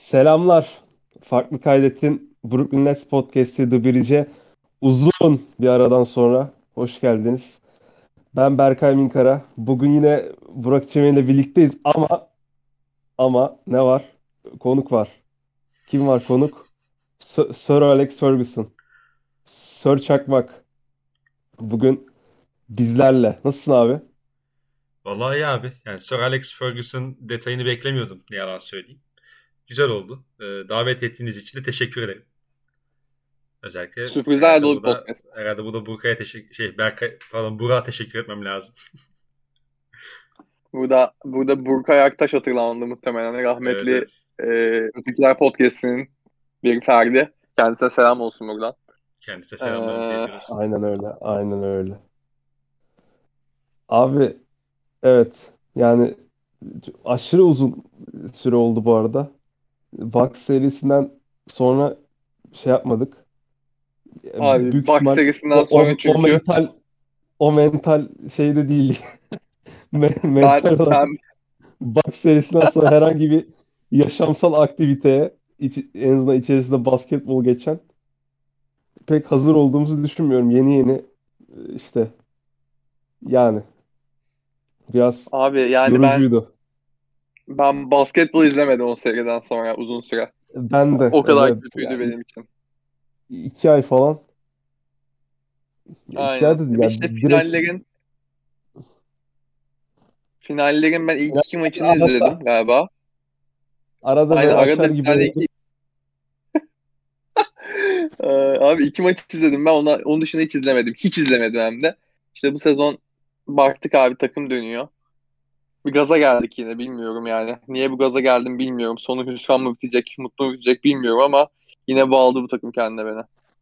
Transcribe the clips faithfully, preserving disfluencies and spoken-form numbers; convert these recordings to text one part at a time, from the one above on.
Selamlar. Farklı Kaydet'in Brooklyn Nets Podcast'i The Bridge'e uzun bir aradan sonra hoş geldiniz. Ben Berkay Minkara. Bugün yine Burak Çemen ile birlikteyiz ama ama ne var? Konuk var. Kim var konuk? Sir Sir Alex Ferguson. Sir Çakmak. Bugün bizlerle. Nasılsın abi? Vallahi iyi abi. Yani Sir Alex Ferguson detayını beklemiyordum. Ne yalan söyleyeyim. Güzel oldu. Ee, davet ettiğiniz için de teşekkür ederim. Özellikle Sürprizler herhalde dolu bir burada podcast. herhalde burada Burkay'a teşekkür şey Berkay pardon Burak'a teşekkür etmem lazım. Burada burada Burkay Aktaş hatırlandı muhtemelen. Evet, Rahmetli evet. e, Ötekiler Podcast'inin bir ferdi. Kendisine selam olsun buradan. Kendisine E, selamlarımızı iletiyoruz. Aynen öyle. Aynen öyle. Abi evet. Yani aşırı uzun süre oldu bu arada. Bucks serisinden sonra şey yapmadık. abi Büyük Bucks ihtimal serisinden o, sonra o, o çünkü mental o mental şeyde değil. Me- ben Mental olarak ben Bucks serisinden sonra herhangi bir yaşamsal aktiviteye iç- en azından içerisinde basketbol geçen pek hazır olduğumuzu düşünmüyorum. Yeni yeni işte yani biraz abi yani ben yorucuydu. ben basketbol izlemedim o seriden sonra uzun süre. Ben de O kadar evet kötüydü yani benim için. iki ay falan iki ay Aynen. da değil Ve işte yani direkt finallerin finallerin ben ilk iki maçını izledim arada galiba. arada Aynen böyle arada açar bir gibi tane oldu. iki Ee, abi iki maç izledim ben ona, onun dışında hiç izlemedim. Hiç izlemedim hem de. İşte bu sezon baktık abi takım dönüyor. Bir gaza geldik yine bilmiyorum yani. Niye bu gaza geldim bilmiyorum. Sonu hüsran mı bitecek, mutlu mu bitecek bilmiyorum ama yine bağladı bu takım kendine beni.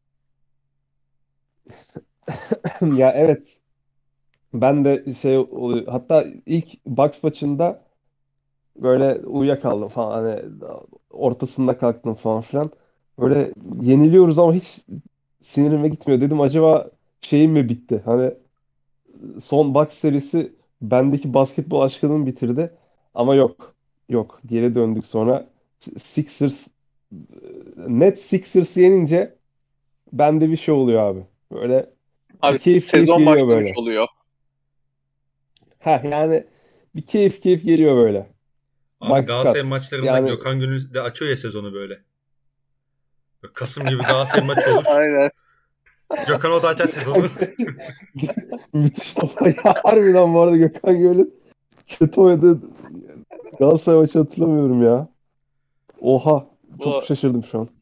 Ya evet, ben de şey oluyor. Hatta ilk Bucks maçında böyle uyuyakaldım falan, hani ortasında kalktım falan filan. Böyle yeniliyoruz ama hiç sinirime gitmiyor. Dedim acaba şeyim mi bitti? Hani son Bucks serisi bendeki basketbol aşkını mı bitirdi? Ama yok. Yok. Geri döndük sonra. Sixers net Sixers yenince bende bir şey oluyor abi. Böyle bir Abi keyif keyif sezon geliyor başlamış böyle. oluyor. Ha yani bir keyif keyif geliyor böyle. Abi Max Galatasaray Cut. maçlarında Yani Gökhan Gönül de açıyor ya sezonu böyle. Böyle Kasım gibi Galatasaray maçı olur. Aynen. Gökhan o da açar sezonu. müthiş topa ya. Harbiden bu arada Gökhan Göl'ün kötü oynadığı Galatasaray maçı hatırlamıyorum ya. Oha. Çok Bu, şaşırdım şu an.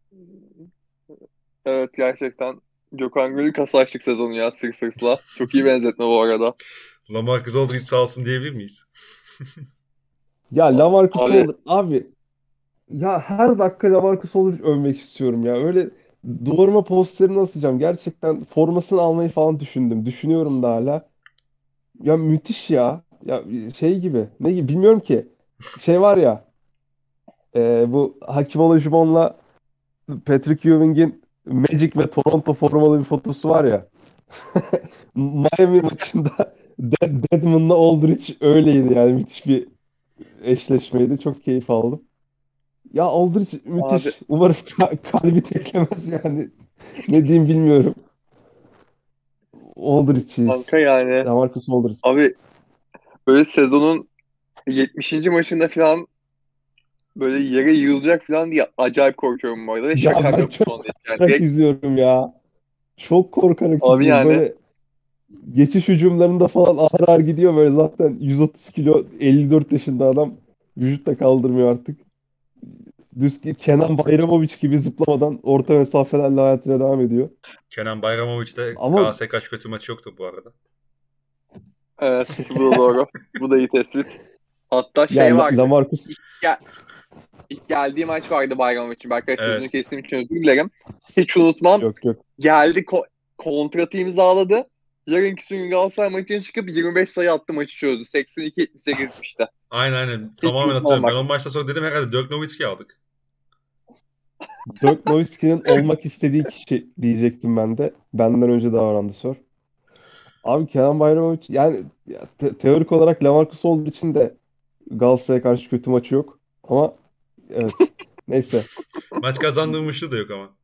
evet gerçekten Gökhan Gönül kasa açtık sezonu ya Sixers'la. Çok iyi benzetme bu arada. Lamarcus Aldridge sağ olsun diyebilir miyiz? Ya LaMarcus Abi Aldridge abi, ya her dakika LaMarcus Aldridge övmek istiyorum ya. Öyle duvarıma posterini asacağım. Gerçekten formasını almayı falan düşündüm. Düşünüyorum da hala. Ya müthiş ya. Ya şey gibi. Ne gibi bilmiyorum ki. Şey var ya, e, bu Hakim Olajuwon'la Patrick Ewing'in Magic ve Toronto formalı bir fotosu var ya. Miami maçında Dead Deadman'la Aldridge öyleydi yani, müthiş bir eşleşmeydi. Çok keyif aldım. Ya Aldridge abi müthiş. Umarım ka- kalbi teklemez yani. Ne diyeyim bilmiyorum. Aldridge'iyiz. kanka yani Lamarcus Aldridge. abi böyle sezonun yetmişinci maçında falan böyle yere yığılacak falan diye acayip korkuyorum bu arada ve Ya şakam ben yok bu çok konuda hiç. Yani korkarak direkt, izliyorum ya. Çok korkarak abi izliyorum. yani Böyle geçiş hücumlarında falan ağır ağır gidiyor böyle, zaten yüz otuz kilo, elli dört yaşında adam, vücut da kaldırmıyor artık. Düz ki Kenan Bayramovic gibi zıplamadan orta mesafelerle hayatına devam ediyor. Kenan Bayramovic'de Ama Galatasaray kaç kötü maçı yoktu bu arada. evet bu da doğru. Bu da iyi tespit. Hatta ya şey La- vardı. Lamarcus, İlk, gel, ilk geldiği maç vardı Bayram için. Belki sözünü Evet. kestiğim için özür dilerim. Hiç unutmam. yok yok. Geldi ko- kontratı imzaladı. Yarınki gün Galatasaray maçına çıkıp yirmi beş sayı attı maçı çözdü. seksen iki yetmiş sekiz gitmişti. Aynen aynen. Hiç Tamamen unutmam hatırlıyorum. Ben bak. o maçtan sonra dedim herhalde Dirk Nowitzki aldık. Dirk Nowitzki'nin olmak istediği kişi diyecektim ben de. Benden önce davrandı sor. Abi Kenan Bayramovic yani, ya te- teorik olarak Lamarcus olduğu için de Galatasaray'a karşı kötü maçı yok. Ama evet. Neyse. Maç kazandırmışlığı da yok ama.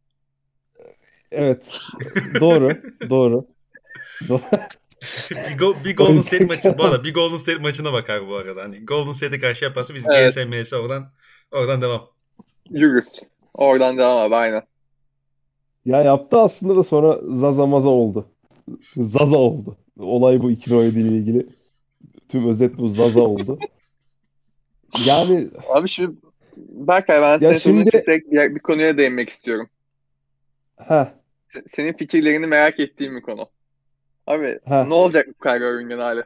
Evet. Doğru. Doğru. Doğru. bir, go- bir O Golden State yüzden maçı bu arada bir Golden State maçına bakar bu arada. Hani Golden State'e karşı yaparsa biz Evet. G S M S oradan oradan devam. Yürüz. Oradan devam abi aynen. ya yaptı aslında da sonra Zaza maza oldu. Zaza oldu. Olay bu iki bin on yedi ile ilgili. Tüm özet bu Zaza oldu. Yani Abi şimdi Berkay ben ya senin sözünü şimdi keserek bir, bir konuya değinmek istiyorum. ha Se- Senin fikirlerini merak ettiğim bir konu. Abi ha ne olacak bu Kyrie Irving'in hali?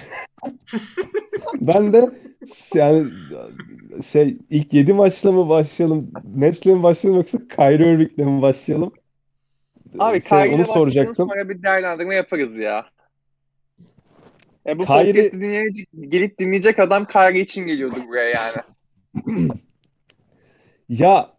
ben de yani şey ilk yedi maçla mı başlayalım? Nets'le mi başlayalım yoksa Kyrie Irving'le mi başlayalım? Abi Şey onu Kyrie'yle başlayalım soracaktım. sonra bir değerlendirme yaparız ya. Ya bu Kyrie podcast'i dinleyecek, gelip dinleyecek adam Kyrie için geliyordu buraya yani. ya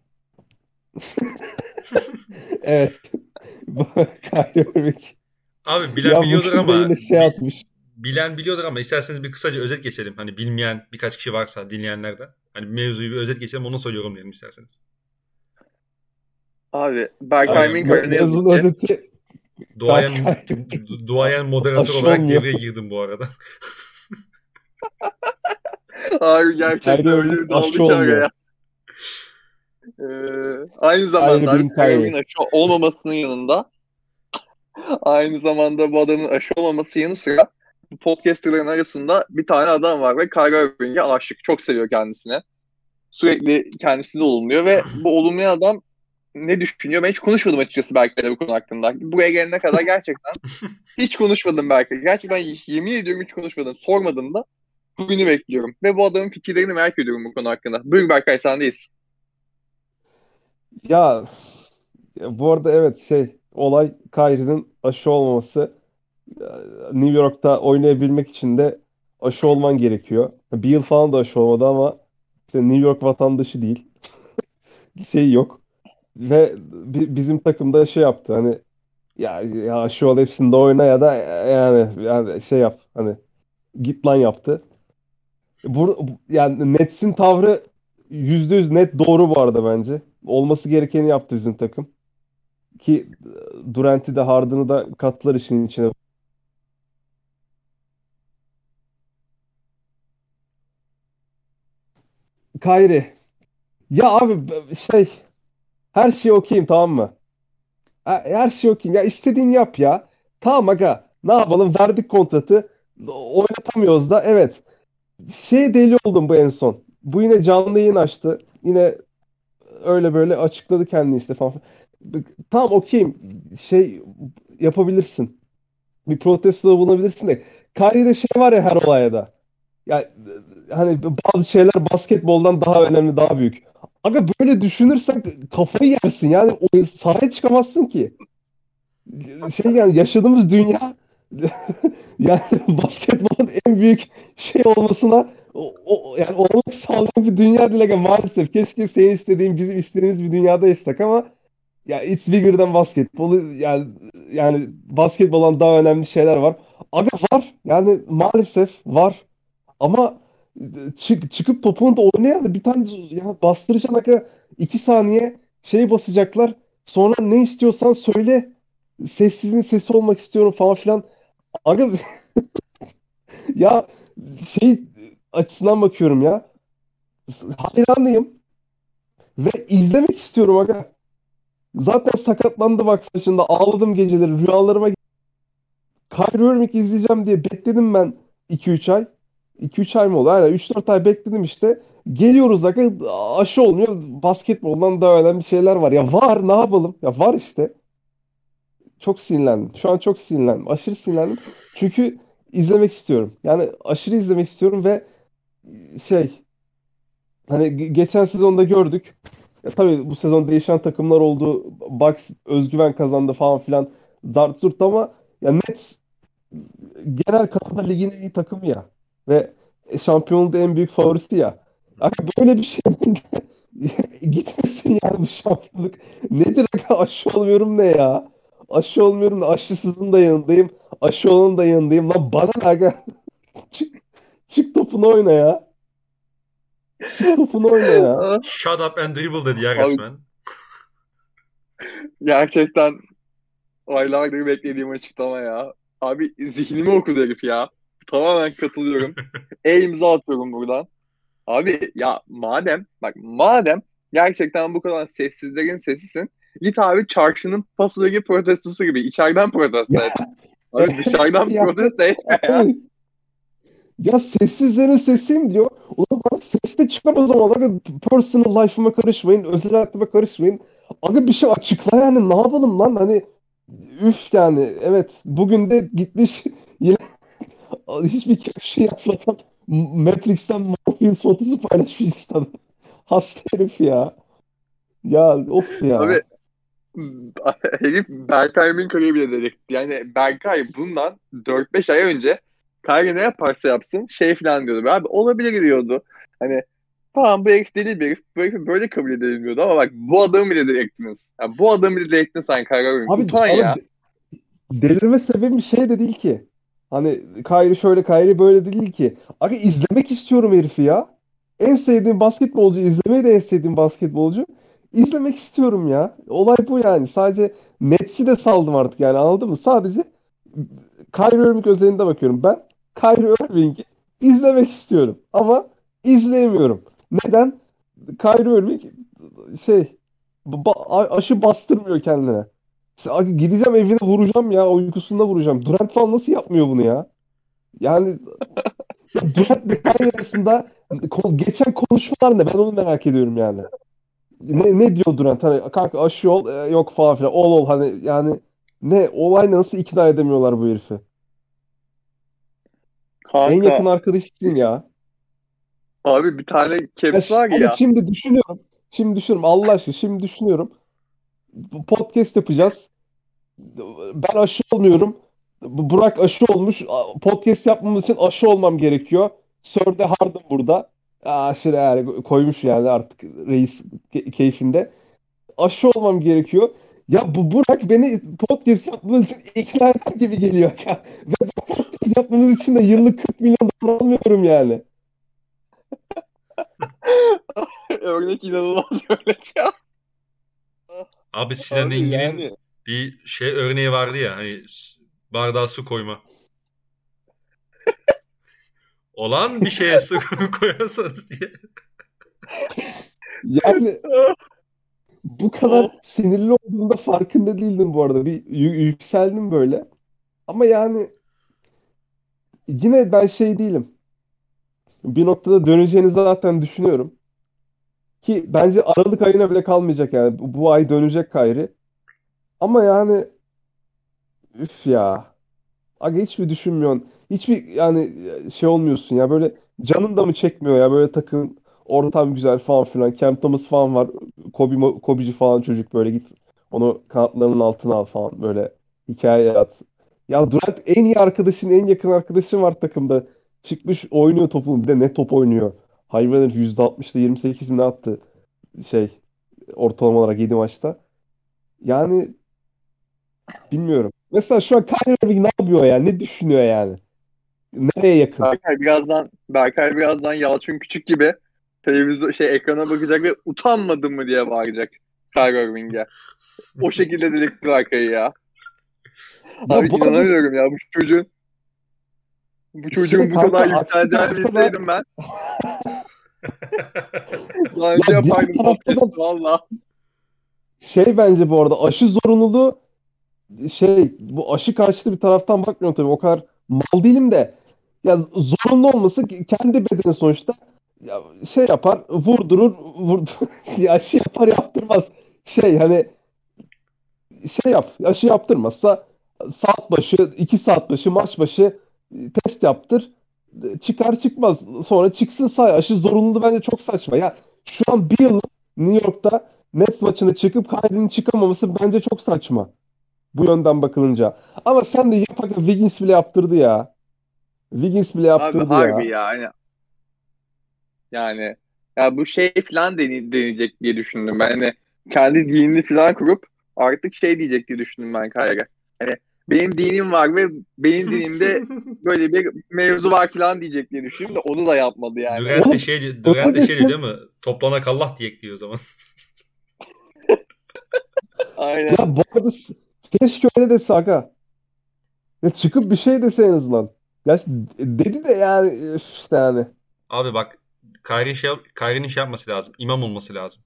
evet. Kyrie Irving. Abi bilen Ya biliyordur bugün de ama yine şey bi- atmış. bilen biliyordur ama isterseniz bir kısaca özet geçelim. Hani bilmeyen birkaç kişi varsa dinleyenler de. Hani mevzuyu bir özet geçelim ondan sonra yorumlayalım isterseniz. Abi Ee, Berkay Me- Minko'ya ne yazık mevzunun ki özeti Duayen Kyrie du- duayen moderatör aşı olarak olmuyor. devreye girdim bu arada. abi gerçekten Kyrie öyle Irving bir aşı daldı ki olmuyor. araya. Ee, aynı Kyrie zamanda abi benim Kyrie Kyrie. Irving'in aşı olmamasının yanında aynı zamanda bu adamın aşı olmaması yanı sıra bu podcasterların arasında bir tane adam var ve Kyrie Irving'e aşık. Çok seviyor kendisini. Sürekli kendisini olumluyor ve bu olumlayan adam ne düşünüyor? Ben hiç konuşmadım açıkçası Berkay'la bu konu hakkında. Buraya gelene kadar gerçekten hiç konuşmadım Berkay. Gerçekten yemin ediyorum hiç konuşmadım. Sormadım da bugünü bekliyorum. Ve bu adamın fikirlerini merak ediyorum bu konu hakkında. Buyur Berkay sendeyiz. Ya, ya bu arada evet şey olay Kyrie'nin aşı olmaması. New York'ta oynayabilmek için de aşı olman gerekiyor. Bir yıl falan da aşı olmadı ama işte New York vatandaşı değil. Şey yok. Ve bi- bizim takımda şey yaptı hani ya, ya aşı ol hepsinde oyna ya da yani, yani şey yap hani git lan yaptı. Bu, yani Nets'in tavrı yüzde yüz net doğru bu arada bence. Olması gerekeni yaptı bizim takım. Ki Durant'i de Harden'ı da kattılar işin içine. Kyrie. Ya abi b- şey her şey okeyim, tamam mı? Ha- Her şey okeyim. Ya istediğini yap ya. Tamam aga. Ne yapalım? Verdik kontratı. Oynatamıyoruz da. Evet. Şey deli oldum bu en son. Bu yine canlı yayın açtı. Yine öyle böyle açıkladı kendini işte falan. Tamam okeyim. Şey yapabilirsin. Bir protesto bulunabilirsin de. Kyrie'de şey var ya her olayda. Ya hani bazı şeyler basketboldan daha önemli, daha büyük. Aga böyle düşünürsen kafayı yersin. Yani o sahaya çıkamazsın ki. Şey yani yaşadığımız dünya yani basketbolun en büyük şey olmasına o, o- yani olmak sağlayan bir dünya değil aga, maalesef. Keşke senin istediğin, bizim istediğimiz bir dünyada yaşasak ama ya it's bigger than basketbol. Yani yani basketboldan daha önemli şeyler var. Aga var. Yani maalesef var. Ama çık, çıkıp topunu da oynayan bir tane ya bastıracaksın aga, iki saniye şey basacaklar. Sonra ne istiyorsan söyle. Sessizin sesi olmak istiyorum falan filan. Aga ya şey açısından bakıyorum ya. Hayranıyım ve izlemek istiyorum aga. Zaten sakatlandı bak saçında. Ağladım geceleri. Rüyalarıma Kyrie Irving izleyeceğim diye bekledim ben iki üç ay. iki üç ay mı oldu? Aynen üç dört ay bekledim işte. Geliyoruz aga, aşı olmuyor. Basketboldan daha önemli şeyler var. Ya var, ne yapalım? Ya var işte. Çok sinirlendim. Şu an çok sinirlendim. Aşırı sinirlendim. Çünkü izlemek istiyorum. Yani aşırı izlemek istiyorum ve şey hani ge- geçen sezonda gördük. Ya tabii bu sezon değişen takımlar oldu. Bucks özgüven kazandı falan filan. Zart zurt ama ya Nets genel Kanada Ligi'nin en iyi takımı ya. Ve şampiyonluğun da en büyük favorisi ya. Abi böyle bir şey gitmesin yani bu şampiyonluk. Nedir aga, aşı olmuyorum ne ya? Aşı olmuyorum da aşısızın da yanındayım. Aşı olanın da yanındayım. Lan bana ne aga? Çık, çık topunu oyna ya. Çık topunu oyna ya. Shut up and dribble dedi ya Abi resmen. gerçekten aylardır beklediğim açıklama ya. Abi zihnimi okudu herif ya. Tamamen katılıyorum. E-imza atıyorum buradan. Abi ya madem bak madem gerçekten bu kadar sessizlerin sesisin, git abi çarşının fasulye protestosu gibi içeriden protesto et. Ya Abi dışarıdan ya, protesto etme ya. evet. Ya sessizlerin sesiyim diyor. Ulan bana ses de çıkar o zaman. Aga, personal life'ıma karışmayın. Özel hayatıma karışmayın. Aga bir şey açıkla yani. Ne yapalım lan? Hani üf yani. Evet. Bugün de gitmiş yine hiçbir şey yapmadan Matrix'ten Morpheus fotosu paylaşmış Insta'da. Hasta herif ya. Ya of Abi ya. herif Berkay Minko'yu bile delirtti. Yani Berkay bundan dört beş ay önce Kyrie ne yaparsa yapsın şey falan diyordu. Abi olabilir diyordu. Hani tamam bu herif deli bir herif. Bu herifi böyle kabul edelim diyordu ama bak bu adamı bile delirttiniz. Yani bu adamı bile delirttin sen Kyrie Irving. Abi Utan ama ya. delirme sebebi bir şey de değil ki. Hani Kyrie şöyle Kyrie böyle değil ki. Abi izlemek istiyorum herifi ya. En sevdiğim basketbolcu, izlemeyi de en sevdiğim basketbolcu. İzlemek istiyorum ya. Olay bu yani. Sadece Nets'i de saldım artık yani, anladın mı? Sadece Kyrie Irving özelinde bakıyorum. Ben Kyrie Irving'i izlemek istiyorum. Ama izleyemiyorum. Neden? Kyrie Irving şey ba- aşı bastırmıyor kendine. Abi gideceğim evine vuracağım ya. Uykusunda vuracağım. Durant falan nasıl yapmıyor bunu ya? Yani ya Durant ve Kyrie arasında ko- geçen konuşmalar ne? Ben onu merak ediyorum yani. Ne, ne diyor Durant? Hani kanka aşı ol, e, yok falan filan. Ol ol hani yani ne olayla nasıl ikna edemiyorlar bu herifi? En yakın Kanka arkadaşısın ya. abi bir tane Ya caps ş- var ama ya. şimdi düşünüyorum. Şimdi düşünüyorum Allah aşkına, şimdi düşünüyorum. Bu podcast yapacağız. Ben aşı olmuyorum. Bu- Burak aşı olmuş. Podcast yapmamız için aşı olmam gerekiyor. Sörde Hardım burada. Aa, aşı yani koymuş yani artık reis ke- keyfinde. Aşı olmam gerekiyor. Ya bu Burak beni podcast yapmamız için ikna eder gibi geliyor. Ve bu podcast yapmamız için de yıllık kırk milyon dolar almıyorum yani. Örnek inanılmaz örnek ya. Abi Sinan Abi Engin'in yani bir şey örneği vardı ya, hani s- bardağa su koyma. Olan bir şeye su koyarsanız diye. Yani bu kadar sinirli olduğumda farkında değildim bu arada. Bir yü- yükseldim böyle. Ama yani yine ben şey değilim. Bir noktada döneceğini zaten düşünüyorum. Ki bence Aralık ayına bile kalmayacak yani. Bu, bu ay dönecek Kyrie. Ama yani üf ya. Aga hiç mi düşünmüyorsun? Hiçbir yani şey olmuyorsun ya, böyle canın da mı çekmiyor ya, böyle takım ortam güzel falan filan. Cam Thomas falan var. Kobe, Mo- Kobe'ci falan çocuk, böyle git onu kanatlarının altına al falan, böyle hikaye at. Ya Durant en iyi arkadaşın, en yakın arkadaşın var takımda. Çıkmış oynuyor topu. Bir de ne top oynuyor. Hayvan herif yüzde altmışta yirmi sekiz mi ne attı şey, ortalama olarak yedi maçta. Yani bilmiyorum. Mesela şu an Kyrie Irving ne yapıyor ya? Ne düşünüyor yani? Nereye yakın? Berkay birazdan Berkay birazdan Yalçın Küçük gibi televizyon şey ekrana bakacak ve utanmadın mı diye bağıracak Kyrie Irving'e. O şekilde delirtti Berkay'ı ya. Abi Ya bu arada inanamıyorum ya bu çocuğun bu şey çocuğun bu kanka, kadar aksi yükseleceğini tarafta da bilseydim ben daha önce ya diğer yapardım tarafta da podcast valla. şey, bence bu arada aşı zorunluluğu, şey, bu aşı karşıtı bir taraftan bakmıyorum tabii, o kadar mal değilim de, ya zorunlu olması kendi bedeni sonuçta, ya şey yapar vurdurur vurdur ya aşı yapar yaptırmaz, şey hani şey yap, aşı yaptırmazsa saat başı, iki saat başı, maç başı e, test yaptır. E, Çıkar çıkmaz. Sonra çıksın say. Aşı zorunluluğu bence çok saçma. Ya şu an bir yıl New York'ta Nets maçına çıkıp Kyrie'nin çıkamaması bence çok saçma. Bu yönden bakılınca. Ama sen de yap aga, Wiggins bile yaptırdı ya. Wiggins bile Abi yaptırdı harbi ya. ya yani, yani ya bu şey falan deni- deneyecek diye düşündüm ben. Hani kendi dinini falan kurup artık şey diyecek diye düşündüm ben Kyrie'ye. Hani benim dinim var ve benim dinimde böyle bir mevzu var falan diyecek diye düşündüm de onu da yapmadı yani. Durant de Oğlum, şey, diyor- Durant de öyle şey diyor desin. değil mi? Toplanak Allah diye ekliyor o zaman. Aynen. Ya bu arada s- keşke öyle dese aga. Ya çıkıp bir şey dese en azından. Ya işte dedi de yani üf, işte yani. Abi bak Kyrie şey, Kyrie'nin şey yapması lazım. İmam olması lazım.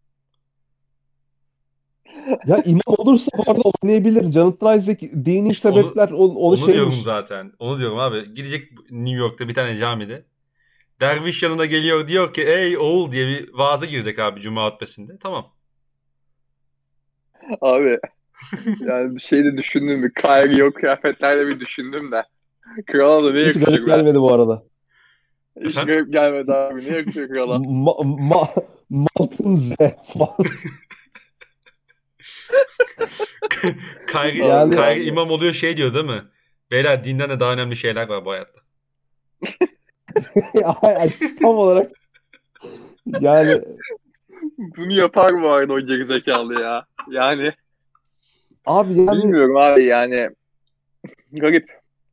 Ya imam olursa bu arada oynayabilir. Jonathan Isaac dini İşte onu sebepler onu, onu onu diyorum şeymiş. zaten. Onu diyorum abi. Gidecek New York'ta bir tane camide. Derviş yanına geliyor diyor ki ey oğul diye bir vaaza girecek abi Cuma hutbesinde. Tamam. Abi yani bir şey de düşündüm mü? Kyrie yok kıyafetlerle bir düşündüm de. Krala da ne Hiç garip yakışır be. gelmedi bu arada. Hiç Efendim? garip gelmedi abi. Ne yakışır krala. Ma, ma, Malcolm Z falan. Kyrie, Yani Kyrie Allah'ım. imam oluyor şey diyor değil mi? Beyler dinden de daha önemli şeyler var bu hayatta. ay, tam olarak yani Bunu yapar bu arada o gerizekalı ya. Yani abi yani bilmiyorum abi yani. Garip.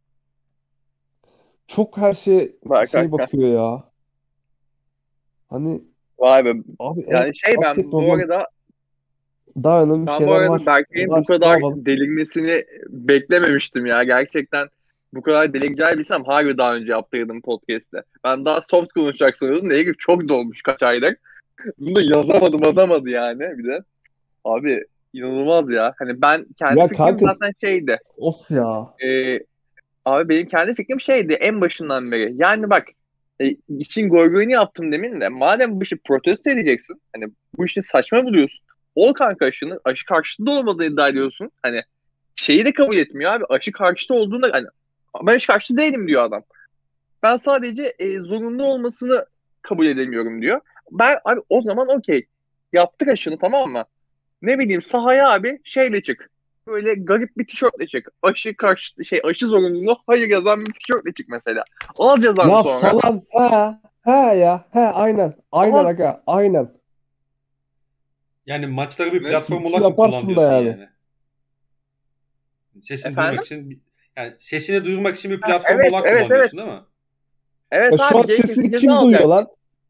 çok her şey Bak şey hakikaten. bakıyor ya. Hani Vay be. abi evet Yani şey ben bu basketboldan arada daha önemli ben bu şeyler arada var. Berkay'ın bu Var. Ne kadar yapalım? delirmesini beklememiştim ya. Gerçekten bu kadar delireceğini bilsem harbi daha önce yaptırdım podcast'te. Ben daha soft konuşacak sanıyordum. Ne herif çok dolmuş kaç aydır. Bunu da yazamadı yazamadı yani bir de. Abi inanılmaz ya. Hani ben kendi Ya fikrim kanka zaten şeydi. of ya. Ee, Abi benim kendi fikrim şeydi en başından beri. Yani bak e, için goygoyunu yaptım demin de. Madem bu işi protesto edeceksin. Hani bu işi saçma buluyorsun. Ol kanka aşını. Aşı karşıtı da olmadığını iddia ediyorsun. Hani şeyi de kabul etmiyor abi. Aşı karşıtı olduğunda hani ben aşı karşıtı değilim diyor adam. Ben sadece e, zorunlu olmasını kabul edemiyorum diyor. Ben abi o zaman okey. Yaptık aşını tamam mı? Ne bileyim sahaya abi şeyle çık. Böyle garip bir tişörtle çık. Aşı karşı şey aşı zorunluluğu hayır yazan bir tişörtle çık mesela. Al cezanı Ya sonra. falan ha ha ya ha aynen. Aynen Al aga aynen. Yani maçları bir ne? platform olarak mı kullan Yaparsın da diyorsun yani. yani? Sesini duyurmak Efendim? için yani sesini duyurmak için bir Ha, platform evet olarak evet kullan evet. diyorsun değil mi? Ya Evet şu abi an gerekirse sesini ceza kim duyuyor alacaksın. lan?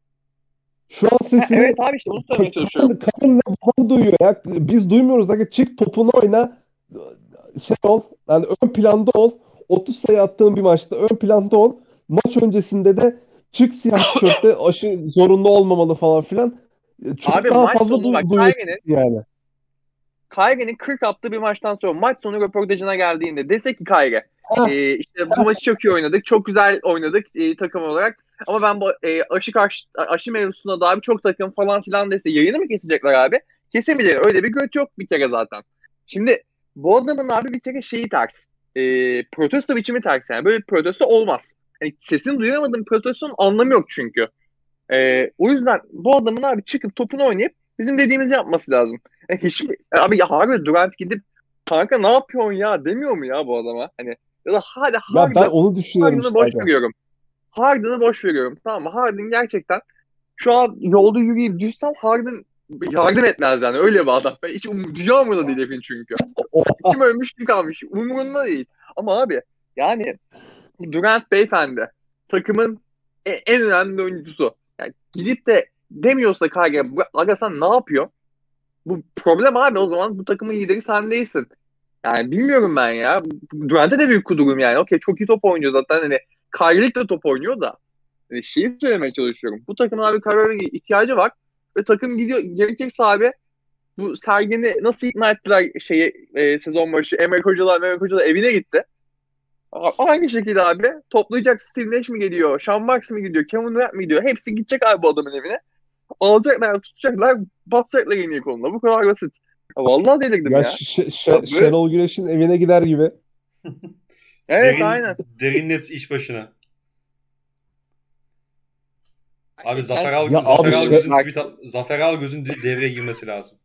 Şu an Ha, evet sesini abi işte bunu söylemeye ka- çalışıyorum. kadın, kadın ve baban duyuyor ya. Biz duymuyoruz. Aga çık topunu oyna. Şey ol. Yani ön planda ol. otuz sayı attığın bir maçta ön planda ol. Maç öncesinde de çık siyah tişörtte aşı zorunlu olmamalı falan filan. Çok Abi daha maç fazla sonu du bak duyuyorsun Kyrie'nin yani. Kyrie'nin kırk attığı bir maçtan sonra maç sonu röportajına geldiğinde dese ki Kyrie Ha, e, işte bu maçı çok iyi oynadık. Çok güzel oynadık e, takım olarak. Ama ben bu e, aşı karşı aşı mevzusunda da abi çok takım falan filan dese yayını mı kesecekler abi? Kesebilir. Öyle bir göt yok bir kere zaten. Şimdi bu adamın abi bir kere şeyi ters. E, protesto biçimi ters yani. Böyle bir protesto olmaz. Yani sesini duyuramadığın protestonun anlamı yok çünkü. Ee, o yüzden bu adamın abi çıkıp topunu oynayıp bizim dediğimizi yapması lazım. E, hiçbir, abi ya harbi Durant gidip kanka ne yapıyorsun ya demiyor mu ya bu adama? Hani ya da hadi ya ben Harden, onu düşünüyorum Harden'ı işte boş aga. veriyorum. Harden'ı boş veriyorum. Tamam mı? Harden gerçekten şu an yolda yürüyüp düşsem Harden yardım etmez yani. Öyle bir adam. Ben hiç um, dünya umurunda değil herifin çünkü. Kim ölmüş kim kalmış. Umurunda değil. Ama abi yani Durant beyefendi takımın e- en önemli oyuncusu. Yani gidip de demiyorsa Kage, aga sen ne yapıyor? Bu problem abi o zaman bu takımın lideri sen değilsin. Yani bilmiyorum ben ya. Durant'e de büyük kudurum yani. Okey çok iyi top oynuyor zaten. Hani Kyrie'lik de top oynuyor da. Hani şeyi söylemeye çalışıyorum. Bu takımın abi kararına ihtiyacı var. Ve takım gidiyor. Gerekirse abi bu Sergen'i nasıl ikna ettiler şeyi e, sezon başı. Emre Hocalar, Emre Hocalar evine gitti. Aynı şekilde abi toplayacak Steve Nash mi geliyor, Sean Marks mi gidiyor, Kevin Durant mi gidiyor? Hepsi gidecek abi bu adamın evine. Alacaklar, tutacaklar, basacaklar en iyi koluna. Bu kadar basit. Ya vallahi delirdim Ya ya. Ş- Ya Ş- böyle, Şenol Güneş'in evine gider gibi. evet Derin aynen. derin net iş başına. Abi Gerçekten Zafer Ya Al abi Zafer e, şey Algöz'ün bak, tweet at- Zafer Algöz'ün de- devreye girmesi lazım.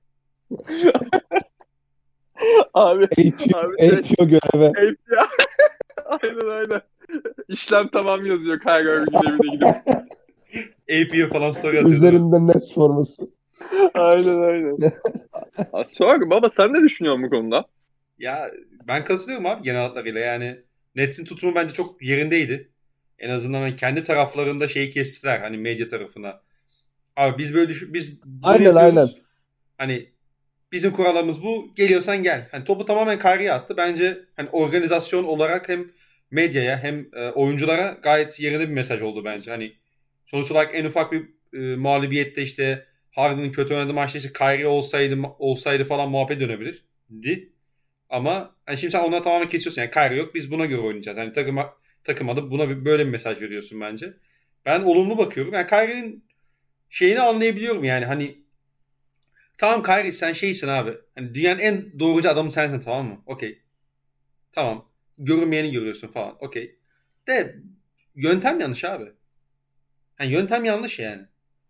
abi A P O, abi şey A P O göreve. hep ya. Aynen aynen. İşlem tamam yazıyor Kyrie Irving'in evine gidip. A P'ye falan story atıyor değil mi? Üzerinde Nets forması. Aynen aynen. Ha, sor baba sen ne düşünüyorsun bu konuda? Ya ben katılıyorum abi genel hatlarıyla. Yani Nets'in tutumu bence çok yerindeydi. En azından hani kendi taraflarında şeyi kestiler hani medya tarafına. Abi biz böyle düşün, biz bunu Aynen aynen. yapıyoruz. Hani bizim kuralımız bu. Geliyorsan gel. Hani topu tamamen Kyrie'ye attı. Bence hani organizasyon olarak hem medyaya hem e, oyunculara gayet yerinde bir mesaj oldu bence. Hani sonuç olarak en ufak bir e, mağlubiyette işte Harden'ın kötü oynadığı maçta işte Kyrie olsaydı olsaydı falan muhabbet dönebilirdi. Ama hani şimdi sen onları tamamen kesiyorsun. Yani Kyrie yok. Biz buna göre oynayacağız. Hani takıma takıma da buna bir, böyle bir mesaj veriyorsun bence. Ben olumlu bakıyorum. Yani Kyrie'nin şeyini anlayabiliyorum yani hani tamam Kyrie sen şeysin abi. Hani dünyanın en doğrucu adamı sensin tamam mı? Okey. Tamam. Görünmeyeni görüyorsun falan. Okey. De yöntem yanlış abi. Yani yöntem yanlış yani.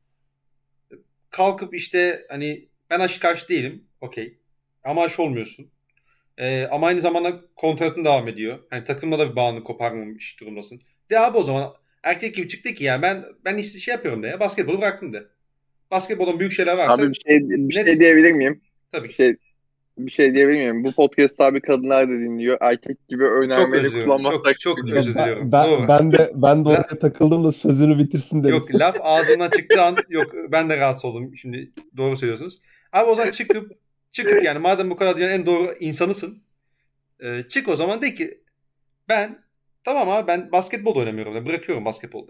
Kalkıp işte hani ben aşı karşı değilim. Okey. Ama aşı olmuyorsun. Ee, ama aynı zamanda kontratın devam ediyor. Hani takımla da bir bağını koparmamış durumdasın. De abi o zaman erkek gibi çıktı ki yani ben ben işte şey yapıyorum de ya basketbolu bıraktım de. Basketboldan büyük şeyler varsa Abi bir şey bir şey net diyebilir miyim? tabii Bir ki. şey bir şey diyebilir miyim? Bu podcast abi kadınlar da dinliyor. Erkek gibi Çok önermeyle özür diliyorum. kullanmazsak Çok çok çünkü. Ya özür ben, diliyorum. ben, Doğru. ben de ben de La, oraya takıldım da sözünü bitirsin dedim. yok laf ağzından çıktığı an yok ben de rahatsız oldum. Şimdi doğru söylüyorsunuz. Abi o zaman çıkıp çıkıp yani madem bu kadar dünyanın en doğru insanısın e, çık o zaman de ki ben tamam abi ben basketbol da oynamıyorum de bırakıyorum basketbolda.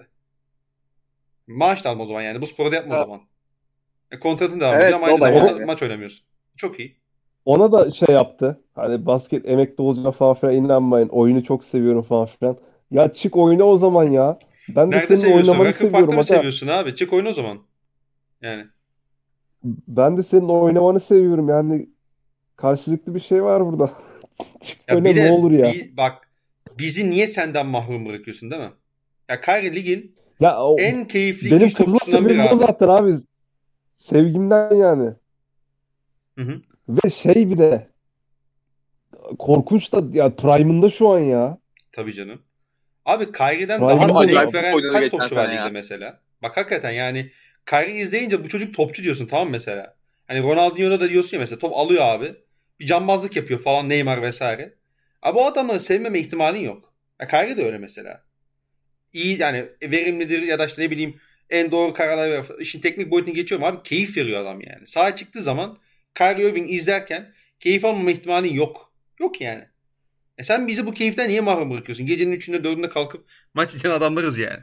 Maaş da alma o zaman yani bu sporu da yapma o Ha, zaman. E, kontratın devam ediyor evet ama aynı baba zamanda yani. maç oynamıyorsun. Çok iyi. Ona da şey yaptı. Hani basket emekli olacağına falan filan inanmayın. Oyunu çok seviyorum falan filan. Ya çık oyna o zaman ya. Ben de Nerede senin seviyorsun? oynamanı Rakip parkta seviyorum mı aga. seviyorsun abi? Çık oyna o zaman. Yani. Ben de senin oynamanı seviyorum. Yani karşılıklı bir şey var burada. Çık Ya oyna bir ne de olur ya. bir, bak bizi niye senden mahrum bırakıyorsun değil mi? Ya Kyrie ligin Ya o, en keyifli iki benim üç kızma topçusundan biri sebebim o abi. zaten abi. Sevgimden yani. Hı hı. Ve şey bir de korkunç da ya prime'ında şu an ya. Tabii canım. Abi Kyrie'den daha Abi Prime'ında zevk acayip ya. top veren oynadı kaç geçen topçu var sene ligde ya. mesela? Bak hakikaten yani Kyrie izleyince bu çocuk topçu diyorsun tamam mı mesela? Hani Ronaldinho'da da diyorsun ya mesela top alıyor abi. Bir cambazlık yapıyor falan Neymar vesaire. Abi o adamları sevmeme ihtimalin yok. Ya Kyrie de öyle mesela. İyi yani verimlidir ya da işte ne bileyim en doğru kararlar veriyor. İşin teknik boyutunu geçiyorum abi. Keyif veriyor adam yani. Sahaya çıktığı zaman Kyrie Irving izlerken keyif almama ihtimalin yok. Yok yani. E sen bizi bu keyiften niye mahrum bırakıyorsun? Gecenin üçünde dördünde kalkıp maç izleyen adamlarız yani.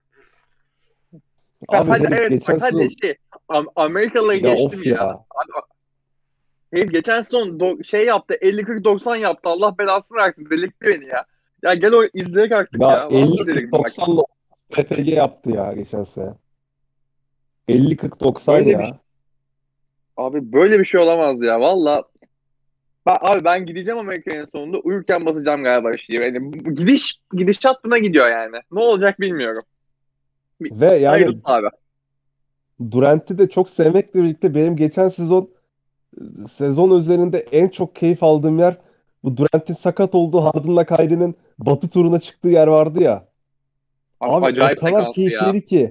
Ha, Abi hadi herif evet bak geçen hadi sezon şey Am- Amerikalıları ya of geçtim ya. ya. Abi, herif geçen sezon do- şey yaptı elli kırk doksan yaptı. Allah belasını versin. Delirtti beni ya. Ya gel o izleyek artık Ya ya. Vallahi elli kırk delirdim bak. doksanla P P G yaptı ya geçen sene. elli kırk doksan Böyle bir ya. abi böyle bir şey olamaz ya. Valla ben, abi ben gideceğim Amerika'nın sonunda uyurken basacağım galiba işte. Yani bu gidiş gidişat buna gidiyor yani. Ne olacak bilmiyorum. Bir- Ve yani Hayırlısı abi. Durant'i de çok sevmekle birlikte benim geçen sezon sezon üzerinde en çok keyif aldığım yer bu Durant'in sakat olduğu Harden'la Kyrie'nin Batı turuna çıktığı yer vardı ya. Abi Abi o acayip kadar sekanstı ya. keyifliydi ki.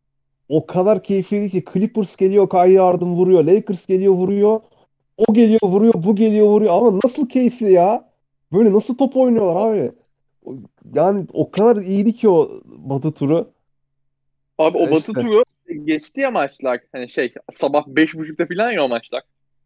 O kadar keyifliydi ki Clippers geliyor Kyrie Harden vuruyor. Lakers geliyor vuruyor. O geliyor vuruyor. Bu geliyor vuruyor. Ama nasıl keyifli ya. Böyle nasıl top oynuyorlar abi. O- Yani o kadar iyiydi ki o Batı turu. Abi o E Batı İşte turu geçti ya maçlar. Hani şey sabah beş buçukta falan ya o maçlar.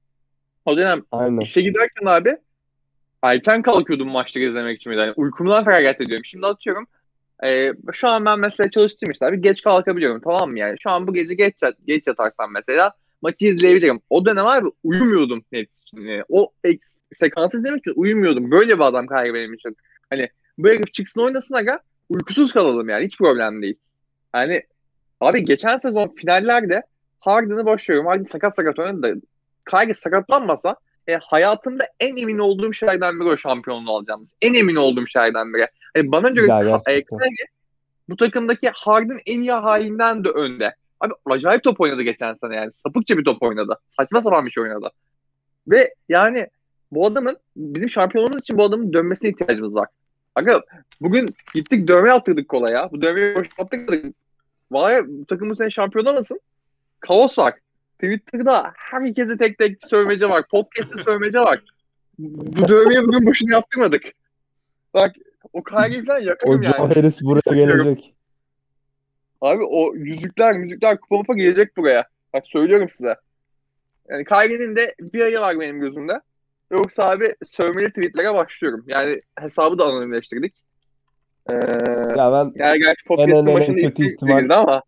O dönem aynen. işe giderken abi erken kalkıyordum maçları izlemek için. Yani uykumdan feragat ediyorum. Şimdi atıyorum. e, şu an ben mesela çalıştığım işte abi geç kalkabiliyorum tamam mı yani? Şu an bu gece geç, yat- geç yatarsam mesela maçı izleyebilirim. O dönem abi uyumuyordum net için. Yani o eks- sekansı izlemek için uyumuyordum. Böyle bir adam kaybı benim için. Hani bu herif çıksın oynasın aga uykusuz kalalım yani hiç problem değil. Yani abi geçen sezon finallerde Harden'ı boş veriyorum. Harden sakat sakat oynadı da Kyrie sakatlanmasa e, hayatımda en emin olduğum şeylerden biri o şampiyonluğu alacağımız. En emin olduğum şeylerden biri. E, bana göre Ya Ka- e, gerçekten. Kyrie bu takımdaki Harden en iyi halinden de önde. Abi acayip top oynadı geçen sene yani. Sapıkça bir top oynadı. Saçma sapan bir şey oynadı. Ve yani bu adamın bizim şampiyonluğumuz için bu adamın dönmesine ihtiyacımız var. Aga bugün gittik dövme yaptırdık kola ya. Bu dövmeyi boş yaptık. Vay bu takım bu sene şampiyon olmasın. Kaos var. Twitter'da herkese tek tek sövmece var. Podcast'te sövmece var. Bu dövmeyi bugün boşuna yaptırmadık. Bak o Kyrie'yi falan O yakarım Joe yani. Harris buraya gelecek. Abi o yüzükler müzikler kupa mupa gelecek buraya. Bak söylüyorum size. Yani Kyrie'nin de bir ayı var benim gözümde. Yoksa abi sövmeli tweetlere başlıyorum. Yani hesabı da anonimleştirdik. Ee, Ya ben yani gerçi en en podcast'ın en en başında kötü ismi ihtimal verildi ama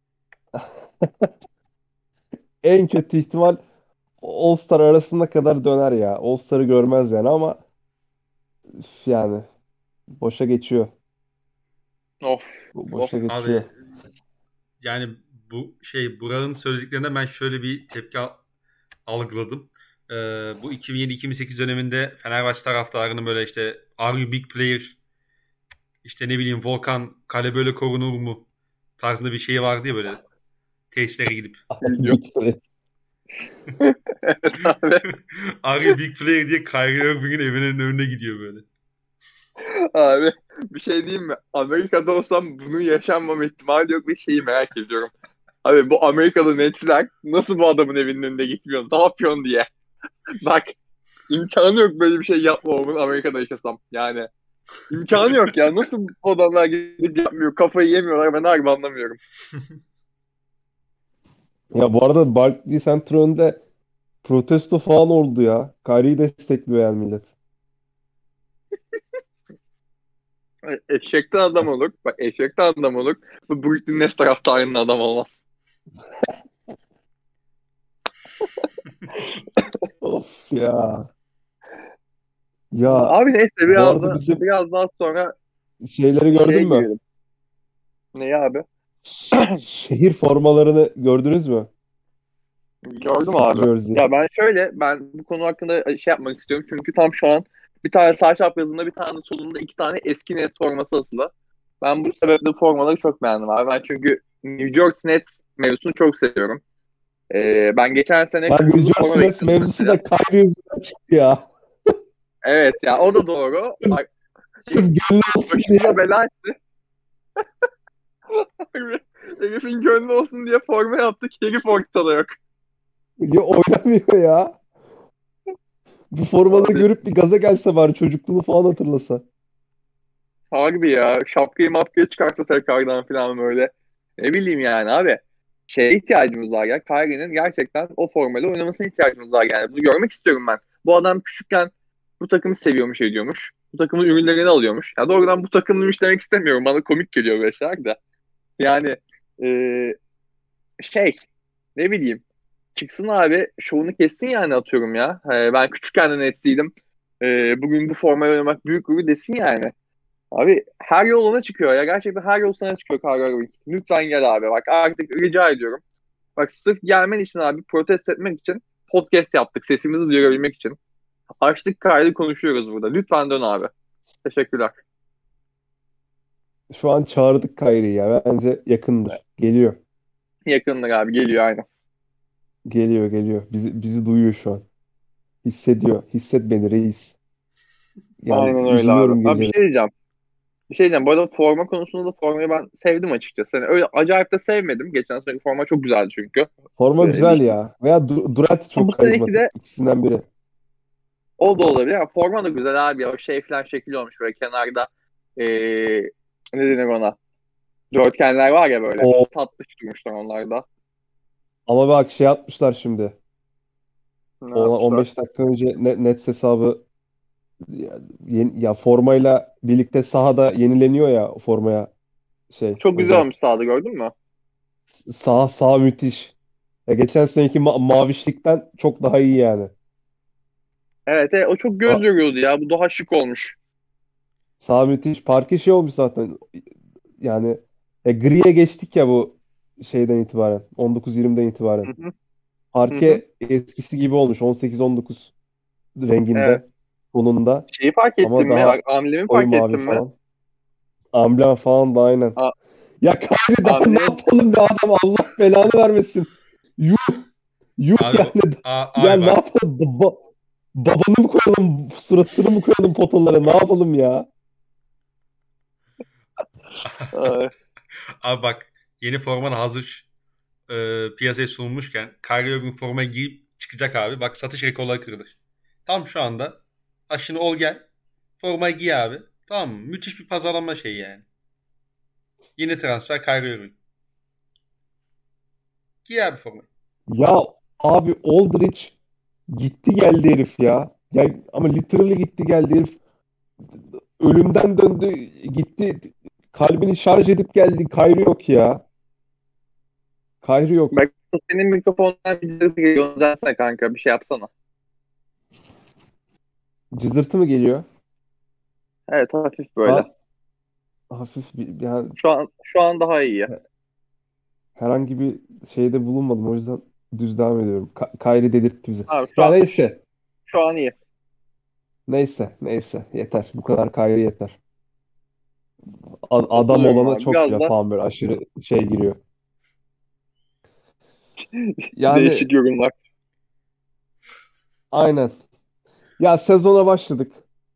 en kötü ihtimal All-Star arasına kadar döner ya. All-Star'ı görmez yani ama üf, yani boşa geçiyor. of Bo- of. Boşa geçiyor. Abi yani bu şey Burak'ın söylediklerine ben şöyle bir tepki al- algıladım. Ee, bu iki bin yedi iki bin sekiz döneminde Fenerbahçe taraftarının böyle işte "Are you big player?" işte ne bileyim Volkan kale böyle korunur mu tarzında bir şey vardı ya böyle tesislere gidip. Video. Big play. Evet abi. "Are you big player?" diye Kyrie Irving'in evinin önüne gidiyor böyle. Abi bir şey diyeyim mi? Amerika'da olsam bunun yaşanmama ihtimali yok ve şeyi merak ediyorum. Abi bu Amerikalı Nets'ler nasıl bu adamın evinin önünde gitmiyor? Ne yapıyorsun diye. Bak imkanı yok böyle bir şey yapmamamın Amerika'da yaşasam. Yani imkanı yok ya. Nasıl bu adamlar gidip yapmıyor? Kafayı yemiyorlar. Ben harbi anlamıyorum. Ya bu arada Barclays Center önünde protesto falan oldu ya. Kyrie'yi destekliyor yani millet. Eşekten adam olur. Bak eşekten adam olur. Bu Brooklyn Nets taraftarının adam olmaz. Of ya. Ya Abi neyse bu biraz arada da bizim biraz daha sonra şeyleri gördün şeye mü? girelim. Neyi abi? Ş- şehir formalarını gördünüz mü? Gördüm abi. Jersey. Ya ben şöyle ben bu konu hakkında şey yapmak istiyorum. Çünkü tam şu an bir tane sağ çaprazında bir tane solunda iki tane eski Nets forması asılı. Ben bu sebeple formaları çok beğendim abi. Ben çünkü New York Nets mevzusunu çok seviyorum. Ee, ben geçen sene Lan New kırmızı forma Jersey Nets bekliyordum mevzusu mesela. da Kyrie yüzünden çıktı ya. Evet ya o da doğru. Bak, Sırf gönlü olsun diye. başımıza bela etti. Herifin gönlü olsun diye forma yaptık. Herif ortada yok. Ya oynamıyor ya. Bu formaları Abi görüp bir gaza gelse bari çocukluğunu falan hatırlasa. harbi ya. Şapkayı mapkayı çıkarsa tekrardan falan böyle. Ne bileyim yani abi. Şeye ihtiyacımız var ya. Kyrie'nin gerçekten o formayla oynamasına ihtiyacımız var yani. Bunu görmek istiyorum ben. Bu adam küçükken bu takımı seviyormuş ediyormuş. Bu takımın ürünlerini alıyormuş. Ya doğrudan bu takımlıymış demek istemiyorum. Bana komik geliyor böyle şeyler de. Yani eee, şey ne bileyim. Çıksın abi şovunu kessin yani atıyorum ya. Ee, ben küçükken de Nets'liydim. Ee, bugün bu formayı oynamak büyük gurur desin yani. Abi her yol ona çıkıyor ya. Gerçekten her yol sana çıkıyor Kyrie Irving. Lütfen gel abi. Bak artık rica ediyorum. Bak sırf gelmen için abi protesto etmek için podcast yaptık. Sesimizi duyurabilmek için. Açtık kaydı konuşuyoruz burada. Lütfen dön abi. Teşekkürler. Şu an çağırdık Kyrie'yi ya. Bence yakındır. Geliyor. Yakındır abi geliyor aynen. Geliyor geliyor. Bizi, bizi duyuyor şu an. Hissediyor. Hisset beni reis. Yani Aynen öyle abi. üzülüyorum Abi bir geceleri. şey diyeceğim. Bir şey diyeceğim. Bu arada forma konusunda da formayı ben sevdim açıkçası. Yani öyle acayip de sevmedim. Geçen seneki forma çok güzeldi çünkü. Forma Böyle güzel bir, ya. Veya Du- Durant ama çok bu seneki karizmatik. de İkisinden biri. o da olabilir. Ama forma da güzel abi. O şey falan şekil olmuş böyle kenarda. Ee, ne denir ona? Dörtgenler var ya böyle. O Tatlı durmuşlar onlarda. ama bak şey yapmışlar şimdi. Ne Ona yapmışlar? on beş dakika önce Net- Nets hesabı ya, yeni- ya formayla birlikte sahada yenileniyor ya formaya şey Çok güzel özel. olmuş sağda gördün mü? S- Sağ sağ müthiş. Ya geçen seneki ma mavişlikten çok daha iyi yani. Evet, evet o çok göz Sağ, yoruyordu ya. Bu daha şık olmuş. sağ müthiş. Parke şey olmuş zaten. Yani e, griye geçtik ya bu şeyden itibaren. on dokuz yirmiden itibaren. Hı hı, hı hı. Parke eskisi gibi olmuş. on sekiz on dokuz Evet. renginde, tonunda. Şeyi fark ettin Ama mi? daha Bak, amblemi koyu fark mavi ettin mi? falan. Amblem falan da aynen. A Ya Kyrie daha ne amblemi yapalım be adam Allah belanı vermesin. Yuh yuh Abi yani bu- a- ya abi ne bak yapalım Ba- babanı mı koyalım suratını mı koyalım potalara ne yapalım ya. Ay, abi bak yeni forman hazır e, piyasaya sunulmuşken Kyrie Irving formaya giyip çıkacak abi. Bak satış rekorları kırılır. Tam şu anda Aşını ol gel. Formayı giy abi. Tamam mı? Müthiş bir pazarlama şeyi yani. Yeni transfer Kyrie Irving. Giy abi formayı. Ya abi Aldridge gitti geldi herif ya. Ya ama literally gitti geldi herif. Ölümden döndü gitti. Kalbini şarj edip geldi. Kyrie yok ya. Kyrie yok. Bak senin mikrofondan bir cızırtı geliyor. Düzelsene kanka bir şey yapsana. Cızırtı mı geliyor? Evet hafif böyle. Ha, hafif bir yani Şu an şu an daha iyi ya. herhangi bir şeyde bulunmadım. O yüzden düz devam ediyorum. Ka- Kyrie dedirtti bizi. Abi şu Ya an neyse. şu an iyi. Neyse. Neyse. Yeter. Bu kadar Kyrie yeter. A- adam Katılıyorum olana abi. çok Biraz ya da falan böyle aşırı şey giriyor. Yani değişik yorumlar. aynen. Ya sezona başladık.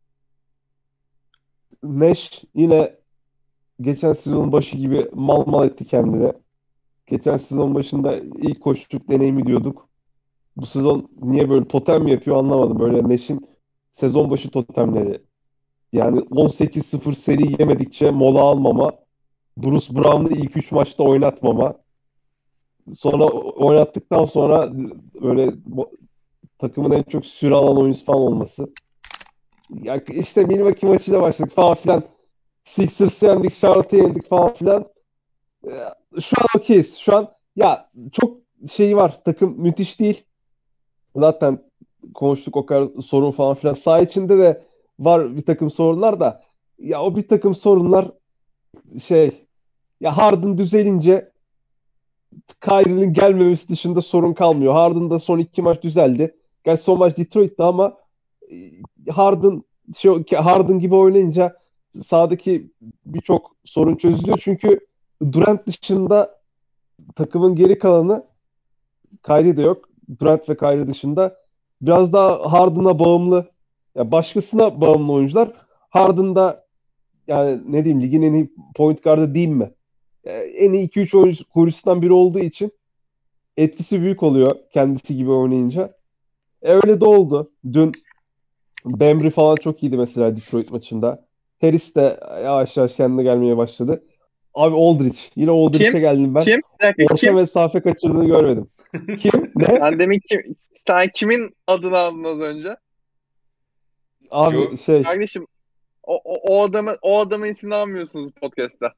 Nash yine geçen sezonun başı gibi mal mal etti kendini. Geçen sezon başında ilk koçluk deneyimi diyorduk. Bu sezon niye böyle totem mi yapıyor anlamadım. Böyle Nash'in sezon başı totemleri. Yani on sekiz sıfır seri yemedikçe mola almama. Bruce Brown'u ilk üç maçta oynatmama. Sonra oynattıktan sonra böyle takımın en çok süre alan oyuncusu falan olması. Ya işte Milwaukee maçıyla başladık falan filan. Sixers'ı yendik, Charlotte'ı yendik falan filan. Ee, Şu an okeyiz. Şu an ya çok şey var. Takım müthiş değil. Zaten konuştuk o kadar sorun falan filan. Saha içinde de var bir takım sorunlar da. Ya o bir takım sorunlar şey ya Harden düzelince Kyrie'nin gelmemesi dışında sorun kalmıyor. Harden da son iki maç düzeldi. Gerçi son maç Detroit'ti ama e, Harden şey, Harden gibi oynayınca sahadaki birçok sorun çözülüyor. Çünkü Durant dışında takımın geri kalanı Kyrie de yok. Durant ve Kyrie dışında biraz daha Harden'a bağımlı. Ya başkasına bağımlı oyuncular. Harden da yani ne diyeyim ligin en iyi point guard'ı diyeyim mi? E, En iyi iki üç oyuncu kurucusundan biri olduğu için etkisi büyük oluyor kendisi gibi oynayınca. E, öyle de oldu. Dün Bembry falan çok iyiydi mesela Detroit maçında. Harris de yavaş yavaş kendine gelmeye başladı. Abi Aldridge. Yine Kim? Aldridge'e geldim ben. Kim? Bir dakika Orta kim? mesafe kaçırdığını görmedim. Kim? Ne? Sen demin kim? Sen kimin adını aldın az önce? Abi Joe şey Kardeşim o, o, o adamı o adamın ismini almıyorsunuz podcast'ta.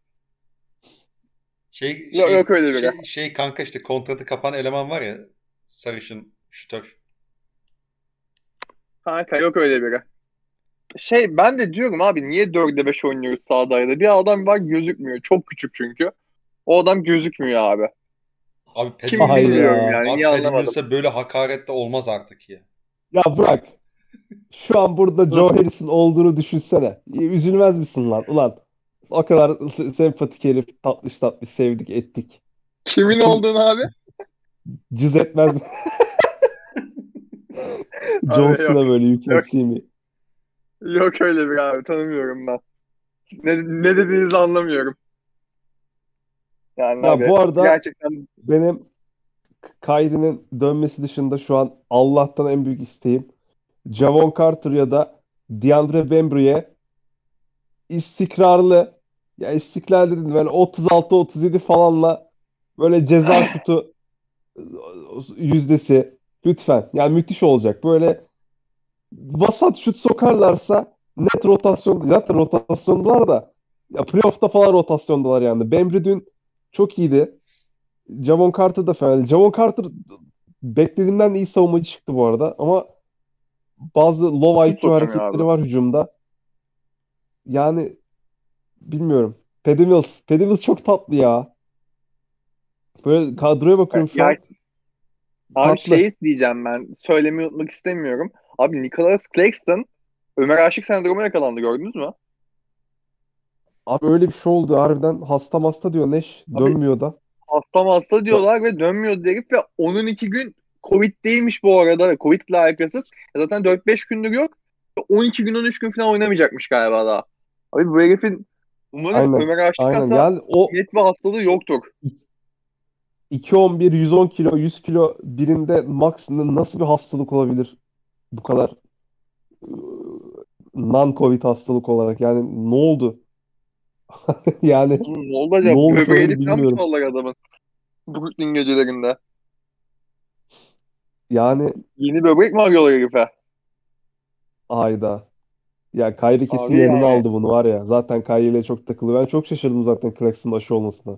şey Yok, şey yok öyle biri. şey şey kanka işte kontratı kapan eleman var ya, sarışın şutör. Kanka yok öyle biri. Şey ben de diyorum abi niye dörde beş oynuyoruz sahada ya bir adam var gözükmüyor. Çok küçük çünkü. O adam gözükmüyor abi. Abi Patty Kim Mills'a bilmiyorum hayda. yani abi niye Patty anlamadım. Mills'a böyle hakaret de olmaz artık ya. Ya bırak. Şu an burada Joe Harris'in olduğunu düşünsene. Üzülmez misin lan? Ulan o kadar s- sempatik herif tatlış tatlış sevdik ettik. Kimin Kim olduğunu abi? cız etmez mi? John Abi yok. Cena böyle you can Yok, see me. yok öyle bir abi tanımıyorum ben. Ne, ne dediğinizi anlamıyorum. Yani Ya abi bu arada gerçekten benim Kyrie'nin dönmesi dışında şu an Allah'tan en büyük isteğim Javon Carter ya da DeAndre Bembry'e istikrarlı ya istiklal dedim ben otuz altı otuz yedi falanla böyle ceza şutu yüzdesi lütfen. Yani müthiş olacak. Böyle vasat şut sokarlarsa net rotasyon zaten rotasyondalar da ya playoff'ta falan rotasyondalar yani. Bembry dün çok iyiydi. Javon Carter da fena değil. Javon Carter beklediğimden de iyi savunmacı çıktı bu arada ama bazı low şut I Q sokamıyor hareketleri abi. var hücumda. Yani bilmiyorum. Patty Mills. Patty Mills çok tatlı ya. Böyle kadroya bakıyorum şu Ya, an. abi Tatlı. şey diyeceğim ben. Söylemeyi unutmak istemiyorum. Abi Nicholas Claxton Ömer Aşık sendromu yakalandı gördünüz mü? Abi öyle bir şey oldu. Harbiden hasta hasta diyor Neş. Abi Dönmüyor da. hasta hasta Dö- diyorlar ve dönmüyor herif ve on iki gün Covid değilmiş bu arada. Covid ile alakasız. Ya zaten dört beş gündür yok. on iki gün on üç gün falan oynamayacakmış galiba daha. Abi bu herifin umarım Aynen. Ömer Aşık Aynen. kasa Yani o net bir hastalığı yoktur. iki on bir yüz on kilo yüz kilo birinde max nasıl bir hastalık olabilir? Bu kadar non-Covid hastalık olarak. Yani ne oldu? Yani Oğlum ne oldu ne acaba? olmuş Böbreğini olabilir falan mı bilmiyorum. çaldılar adamın? Brooklyn gecelerinde. Yani Yeni böbrek mi arıyorlar herife? ayda. Ya Kyrie kesin Abi yanına yani aldı bunu var ya. Zaten Kyrie ile çok takılı. Ben çok şaşırdım zaten Claxton aşı olmasına.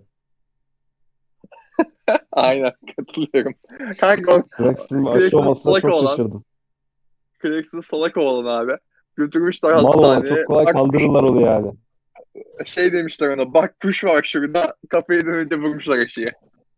aynen katılıyorum. Kanka o Claxton'ın aşı Clarkson olmasına salak çok olan şaşırdım. Clarkson salak olan abi. Götürmüşler Mal olan çok hastaneye. kolay Bak kandırırlar onu yani. şey demişler ona. Bak kuş var şurada. Kafayı dönünce vurmuşlar aşıyı.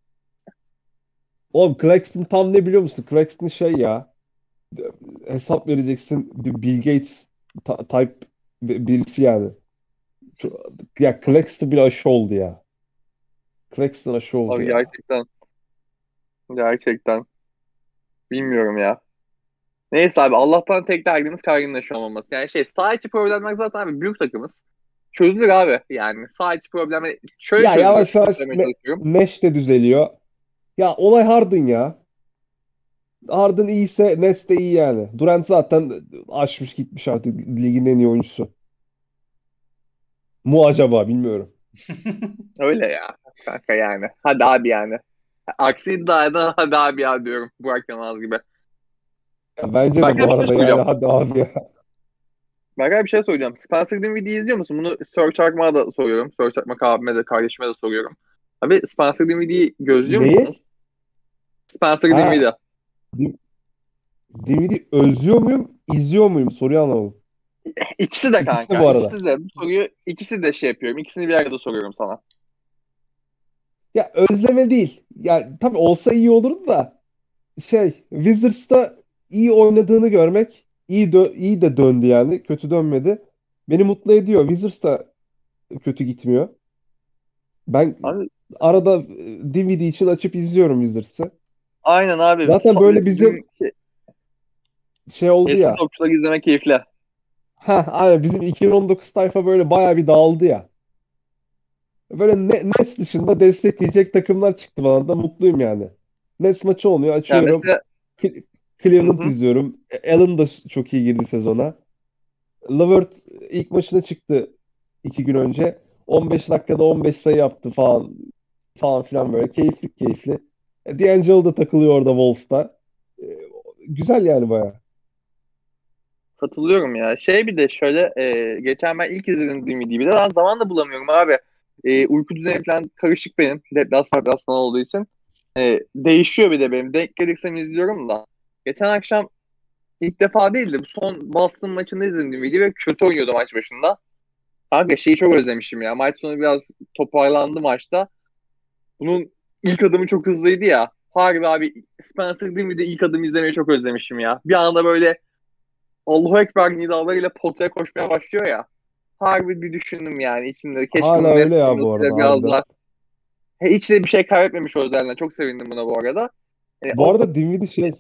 Oğlum Claxton tam ne biliyor musun? Claxton şey ya. Hesap vereceksin. bir Bill Gates ta- type bir- birisi yani. Çok- Ya Claxton bir aşı oldu ya. Claxton aşı oldu Abi ya. gerçekten. Gerçekten. Bilmiyorum ya. Neyse abi Allah'tan tek derdimiz Kyrie'nin aşı olmaması. Yani şey sağ içi problemler zaten abi büyük takımız. Çözülür abi yani. Sağ içi problemler şöyle Ya çözülür. yavaş Şunu yavaş söylemeye Ne- çalışıyorum. Neş de düzeliyor. Ya olay Harden ya. Harden iyiyse Nets de iyi yani. Durant zaten aşmış gitmiş artık ligin en iyi oyuncusu. Mu acaba bilmiyorum. Öyle ya. Kanka yani. Hadi abi yani. Aksi iddiada hadi abi ya diyorum. Burak Yılmaz gibi. Ya bence de Berkay bu bir şey arada yani soracağım. hadi abi ya. Berkay bir şey soracağım. Spencer Dinwiddie'yi izliyor musun? Bunu Sör Çakmak'a da soruyorum. Sör Çakmak abime de kardeşime de soruyorum. Abi Spencer Dinwiddie'yi gözlüyor musunuz? Neyi? Spencer Ha, Dinwiddie. Dim- Dimidi özlüyor muyum, izliyor muyum? Soruyu anlamadım. İkisi de İkisi de kanka. bu arada. İkisi de. Bu soruyu ikisi de şey yapıyorum. İkisini bir arada soruyorum sana. Ya özleme değil. Ya tabii olsa iyi olurdu da şey Wizards'ta iyi oynadığını görmek iyi dö- iyi de döndü yani. Kötü dönmedi. Beni mutlu ediyor. Wizards da kötü gitmiyor. Ben Abi arada e, D V D için açıp izliyorum Wizards'ı. aynen abi. Zaten Sa- böyle Bizim bizim şey oldu eski ya. topçuları izlemek keyifli. Ha, aynen bizim iki bin on dokuz tayfa böyle bayağı bir dağıldı ya. Böyle ne- Nets dışında destekleyecek takımlar çıktı bana da mutluyum yani. Nets maçı olmuyor Yani açıyorum. mesela Cle- hı Cleveland hı. izliyorum. Allen da çok iyi girdi sezona. Levert ilk maçına çıktı iki gün önce. on beş dakikada on beş sayı yaptı falan falan filan böyle. Keyifli keyifli. E, D'Angelo da takılıyor orada Wolves'ta. E, Güzel yani baya. Katılıyorum ya. Şey bir de şöyle e, geçen ben ilk izledim D V D'yi. Bir de ben zaman da bulamıyorum abi. E, uyku düzeni falan karışık benim. Deplasman deplasman olduğu için. E, değişiyor bir de benim. Denk gelirsem izliyorum da. Geçen akşam ilk defa değildi. Bu son Boston maçında izledim D V D'yi ve kötü oynuyordu maç başında. Kanka şeyi çok özlemişim ya. Maç sonu biraz toparlandı maçta. Bunun ilk adımı çok hızlıydı ya. Harbi abi Spencer Dinwiddie ilk adımı izlemeyi çok özlemişim ya. Bir anda böyle Allahu Ekber nidalarıyla potaya koşmaya başlıyor ya. Harbi bir düşündüm yani içimde. Keşke Hala bunu net öyle ya bu arada formasıyla biraz harbiden. daha. He, içinde bir şey kaybetmemiş o özelliğinden. Çok sevindim buna bu arada. E, Bu o arada Dinwiddie şey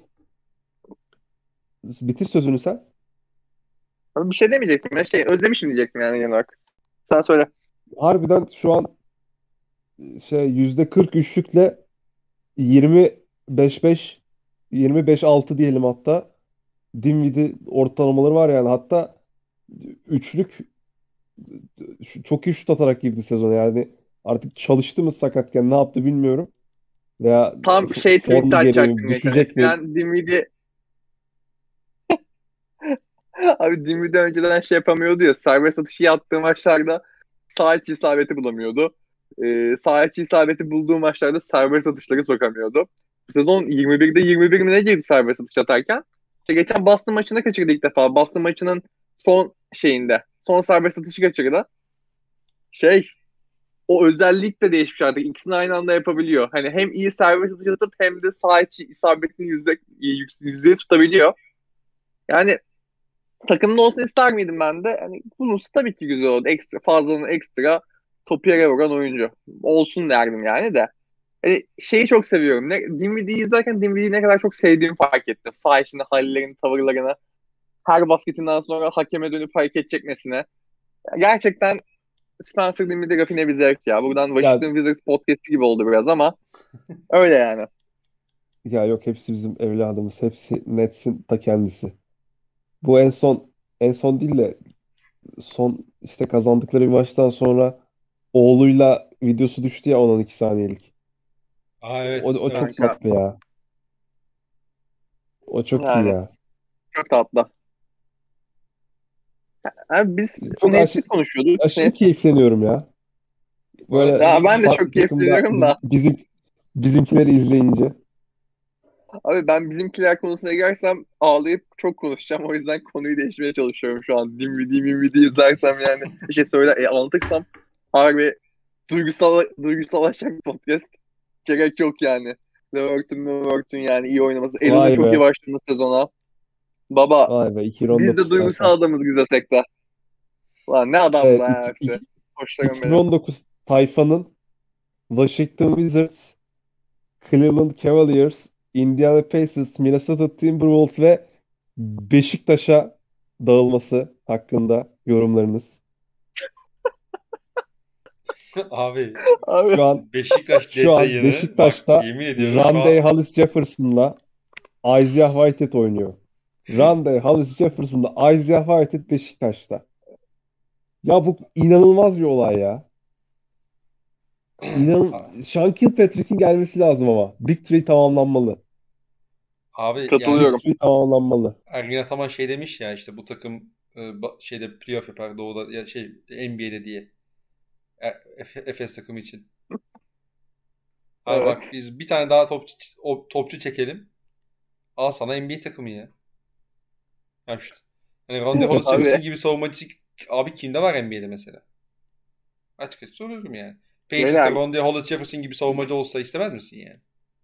bitir sözünü sen. bir şey demeyecektim ya. Şey özlemişim diyecektim yani genel olarak. Sen söyle. Harbiden şu an şey yüzde kırk üçlükle yirmi beş beş yirmi beş altı diyelim hatta. Dinwiddie ortalamaları var yani. Hatta üçlük şu- çok iyi şut atarak girdi sezona. Yani artık çalıştı mı sakatken ne yaptı bilmiyorum. Veya Tam f- şey tweet'i formu gereği mi açacaktım geçen. düşecek mi? Eskiden Dinwiddie abi Dinwiddie önceden şey yapamıyordu ya. Serbest atışı yaptığı maçlarda sağ içi isabeti bulamıyordu. Ee, sağ içi isabeti bulduğu maçlarda serbest atışları sokamıyordu. Bu sezon yirmi birde yirmi bir mi ne girdi serbest atış atarken? İşte geçen Boston maçını kaçırdı ilk defa. Boston maçının son şeyinde. Son serbest atışı kaçırdı. Şey o özellik de değişmiş artık. İkisini aynı anda yapabiliyor. Hani hem iyi serbest atış atıp hem de sağ içi isabetini yüzde, yüzde tutabiliyor. Yani takımda olsun ister miydim ben de? Hani bulunsa tabii ki güzel oldu. Ekstra, fazlanın ekstra topu yere vuran oyuncu. Olsun derdim yani de. Hani şeyi çok seviyorum. Ne, Dinwiddie'yi izlerken Dinwiddie'yi ne kadar çok sevdiğimi fark ettim. Sağ içinde hallerini, tavırlarını, her basketinden sonra hakeme dönüp hareket çekmesine. Gerçekten Spencer Dinwiddie rafine bir zevk ya. Buradan Ya Washington Wizards podcast'i gibi oldu biraz ama öyle yani. ya yok hepsi bizim evladımız. Hepsi Nets'in ta kendisi. Bu en son en son değil de son işte kazandıkları bir maçtan sonra oğluyla videosu düştü ya on on iki saniyelik. Aa O, evet, o çok evet. Kanka tatlı ya. O çok iyi yani ya. çok tatlı. Abi biz Çok Nets'i aşırı, konuşuyorduk. aşırı Nets. keyifleniyorum ya. Bu arada Böyle Ya dediğin ben de gibi çok farklı takımda keyifleniyorum biz, da. bizim bizimkileri izleyince. Abi ben bizimkiler konusuna girersem ağlayıp çok konuşacağım. O yüzden konuyu değiştirmeye çalışıyorum şu an. Dinwiddie, Minwiddie izlersem yani bir şey söyle, e, anlatırsam harbi duygusal duygusallaşacak bir podcast. Gerek yok yani. Leverton, Leverton yani iyi oynaması. Allen'ın Vay çok iyi be. başladı sezona. Baba Vay be. biz de iki bin on dokuz tayfa. duygusal adamız Güzeltek'te. Lan ne Evet, adamlar ya iki- hepsi. iki- Hoşlarım benim. iki bin on dokuz tayfanın Washington Wizards, Cleveland Cavaliers, Indiana Pacers, Minnesota Timberwolves ve Beşiktaş'a dağılması hakkında yorumlarınız. abi Abi Şu an Beşiktaş şu an detayını bak, Beşiktaş'ta yemin ediyorum şu Randle an Hollis Jefferson'la Isaiah Whitehead oynuyor. Randle Hollis Jefferson'la Isaiah Whitehead Beşiktaş'ta. Ya bu inanılmaz bir olay ya. İnan Sean Kilpatrick'in gelmesi lazım ama. Big Three tamamlanmalı. abi Big yani katılıyorum. Three tamamlanmalı. Ergin Ataman şey demiş ya, işte bu takım e, ba- şeyde playoff yapar doğuda ya şey N B A'de diye. E, Efe- Efes takımı için. Abi bak, Evet. biz bir tane daha topçu o- topçu çekelim. Al sana N B A takımı ya. Yani şu, hani Rondae Hollis Abi Jefferson gibi savunmacı abi kimde var N B A'de mesela? Açık açık soruyorum yani. Patriots'ta beyler Rondae Hollis Jefferson gibi savunmacı olsa istemez misin yani?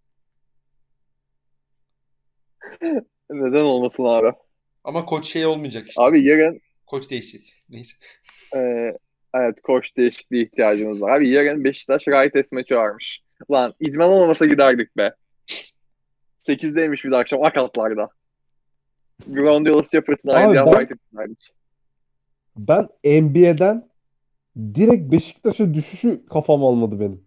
neden olmasın abi? Ama koç şey olmayacak işte. Abi yarın Koç değişecek. Neyse. e, evet koç değişikliği ihtiyacımız var. Abi yarın Beşiktaş Raites maçı varmış. Lan idman olmasa giderdik be. sekizdeymiş bir de akşam Akatlar'da. Grandiolus Jefferson Abi Isaiah ben Whitehead giderdik. ben N B A'den direkt Beşiktaş'a düşüşü kafam almadı benim.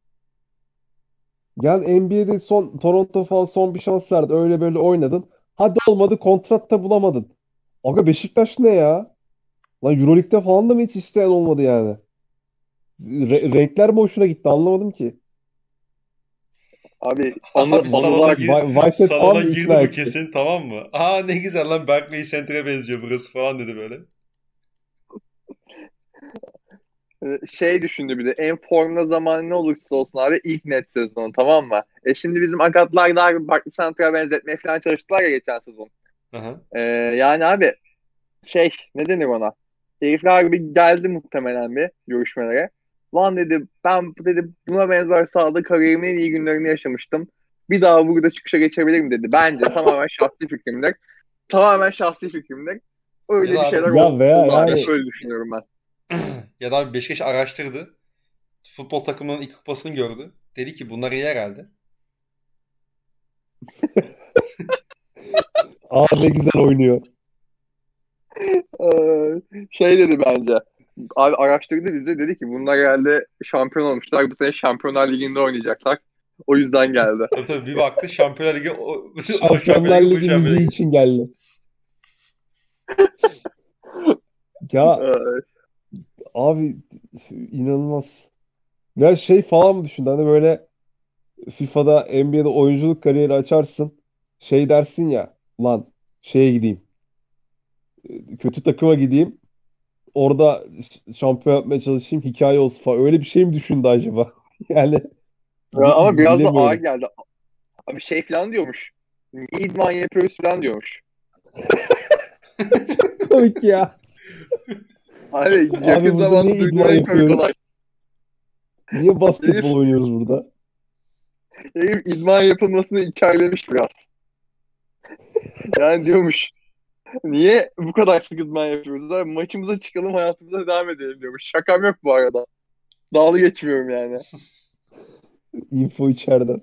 Yani N B A'de son Toronto falan son bir şans verdi. Öyle böyle oynadın. Hadi olmadı kontratta bulamadın. Aga Beşiktaş ne ya? Lan Euroleague'de falan da mı hiç isteyen olmadı yani? Re- renkler mi hoşuna gitti anlamadım ki. Abi anı, Abi salona anılar gir Whi- Whitehead falan salona mı girdi ikna bu etti? kesin, tamam mı? Aa ne güzel lan, Berkeley Center'e benziyor burası falan dedi böyle. e, şey düşündü bir de en formda zamanı ne olursa olsun abi ilk net sezonu tamam mı? E şimdi bizim Akatlar da abi Barkley Center'a benzetmeye falan çalıştılar ya geçen sezon. Aha. E, yani abi şey ne denir ona? Herifler bir geldi muhtemelen bir görüşmelere. Lan dedi ben dedi buna benzer sahada kariyerimin en iyi günlerini yaşamıştım. Bir daha burada çıkışa geçebilirim dedi. Bence tamamen şahsi fikrimdir. Tamamen şahsi fikrimdir. Ya Öyle da bir abi şeyler Ya ol- veya oldu abi. yani beş Öyle düşünüyorum ben. ya da abi Beşiktaş araştırdı. Futbol takımının ilk kupasını gördü. Dedi ki bunlar iyi herhalde. aa ne güzel oynuyor. Ee, şey dedi bence. Abi araştırdı bizde dedi ki bunlar herhalde şampiyon olmuşlar. Bu sene Şampiyonlar Ligi'nde oynayacaklar. O yüzden geldi. Tabii tabii, bir baktı Şampiyonlar Ligi o, o Şampiyonlar Şampiyonlar Ligi bu Ligi Şampiyonlar müziği Ligi. için geldi. Ya Ee, abi inanılmaz. Ya şey falan mı düşündü? Hani böyle FIFA'da N B A'de oyunculuk kariyeri açarsın. Şey dersin ya lan şeye gideyim. Kötü takıma gideyim. Orada ş- şampiyon yapmaya çalışayım. Hikaye olsun falan. Öyle bir şey mi düşündü acaba? Yani ya bi- ama bi- biraz da ağır bilemiyorum. geldi. Abi şey falan diyormuş. Niye idman yapıyoruz falan diyormuş. Komik ya. Abi Abi yakın burada niye zamanda duyduğum idman en komik olay. yapıyoruz? Niye basketbol Herif, oynuyoruz burada? herif idman yapılmasını içerlemiş biraz. Yani diyormuş. Niye bu kadar sık idman yapıyoruz? Abi, maçımıza çıkalım hayatımıza devam edelim diyormuş. Şakam yok bu arada. Dalga geçmiyorum yani. Info içeriden.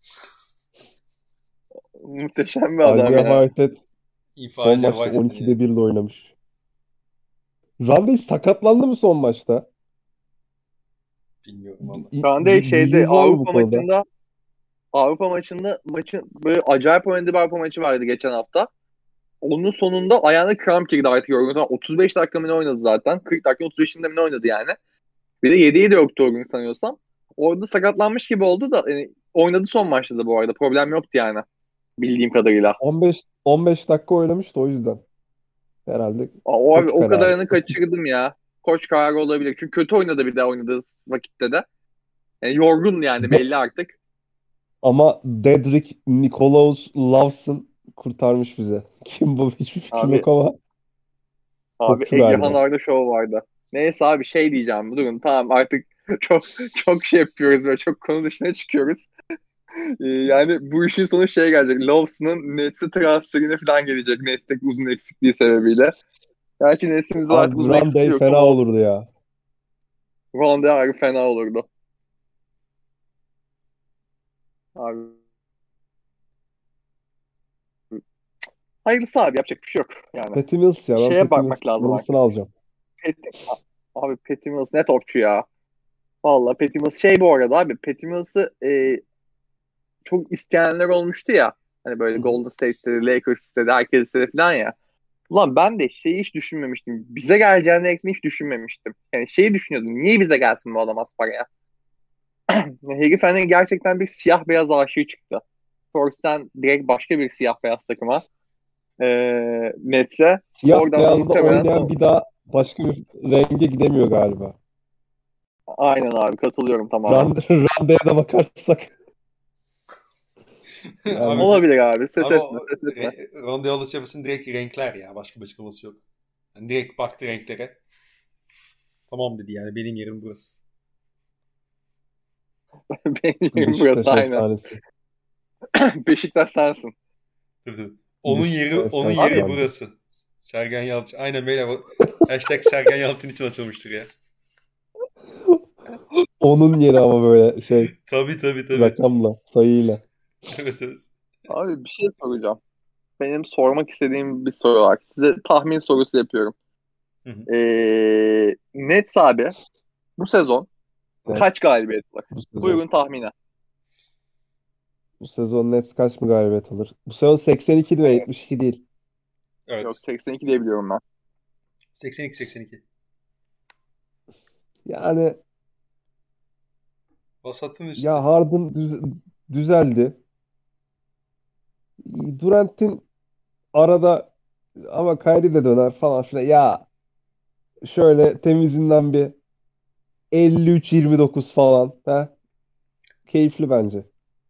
Muhteşem bir adam Isaiah ya. Whitehead son İfade maçta var dedin on ikide ya. bir ile oynamış. Randy sakatlandı mı son maçta? Bilmiyorum valla. İ- Şu anda bi- şeyde Bilginiz var mı bu Avrupa konuda? maçında Avrupa maçında maçın böyle acayip oynadığı bir Avrupa maçı vardı geçen hafta. onun sonunda ayağına kramp girdi artık yorgun. Tamam, otuz beş dakika mı ne oynadı zaten. kırk dakika otuz beşinde mi ne oynadı yani. Bir de yediği de yoktu o gün sanıyorsam. Orada sakatlanmış gibi oldu da yani oynadı son maçta da bu arada. Problem yoktu yani. Bildiğim kadarıyla. on beş on beş dakika oynamıştı o yüzden. Herhalde O, abi, koç o kararı. kadarını kaçırdım ya. Koç kararı olabilir. Çünkü kötü oynadı bir daha oynadığı vakitte de. Yani yorgun yani belli artık. Ama Dedrick Nikolaus Lawson kurtarmış bize. Kim bu? Hiçbir fikrim Abi, yok ama abi topçu Egehan galiba. Arda Show vardı. Neyse abi şey diyeceğim. Durun tamam artık çok çok şey yapıyoruz böyle çok konu dışına çıkıyoruz. Ee, yani bu işin sonu şey gelecek. Lawson'ın Nets'e transferine falan gelecek. Nets'teki uzun eksikliği sebebiyle. Gerçi Nets'imizde artık Abi uzun eksikliği Grande yok fena ama olurdu ya. Ronde abi fena olurdu. Abi. Hayırlısı abi yapacak bir şey yok. Yani Patty Mills ya. Ben şeye Patty Mills, bakmak lazım Mills'ını artık. alacağım. Patty, abi Patty Mills ne topçu ya. Vallahi Patty Mills şey bu arada abi Patty Mills'ı e, çok isteyenler olmuştu ya. Hani böyle Hı hı. Golden State istedi, Lakers istedi, herkes istedi falan ya. Ulan ben de şeyi hiç düşünmemiştim. Bize geleceğini hiç düşünmemiştim. Yani şeyi düşünüyordum. Niye bize gelsin bu adam az paraya? Herif hani gerçekten bir siyah beyaz aşığı çıktı. Force'den direkt başka bir siyah beyaz takıma e, Nets'e. Siyah Oradan da beyazda muhtemelen oynayan bir daha başka bir renge gidemiyor galiba. aynen abi katılıyorum tamamen. Rand Rande'ye de bakarsak Abi, yani Olabilir abi. Ses ama etme, o ses etme. re- Ronde alışverişin direkt renkler ya. Başka bir açıklaması yok. Yani direkt baktı renklere. Tamam dedi yani benim yerim burası. Benim yerim Beşiktaş burası aynen. efsanesi. Beşiktaş sensin. Tabii tabii. Onun yeri Beşiktaş onun efsanesi yeri Abi Rande. burası. Sergen Yalçın. Aynen böyle. bu- Hashtag Sergen Yalçın için açılmıştır ya. Onun yeri ama böyle şey Tabii tabii tabii. rakamla, sayıyla. Evet evet. abi bir şey soracağım. Benim sormak istediğim bir soru var. Size tahmin sorusu yapıyorum. Hı hı. Ee, Nets abi bu sezon Evet, kaç galibiyet var? bu sezon. Buyurun tahmine. Bu sezon Nets kaç mı galibiyet alır? Bu sezon seksen iki ve Evet. yetmiş iki değil. Yok Evet. seksen iki diye biliyorum ben. seksen iki seksen iki. Yani Vasatın ya üstü. Harden düz- düzeldi. Durant'in arada ama Kyrie de döner falan filan. Ya şöyle temizinden bir elli üç yirmi dokuz falan. Ha? Keyifli bence.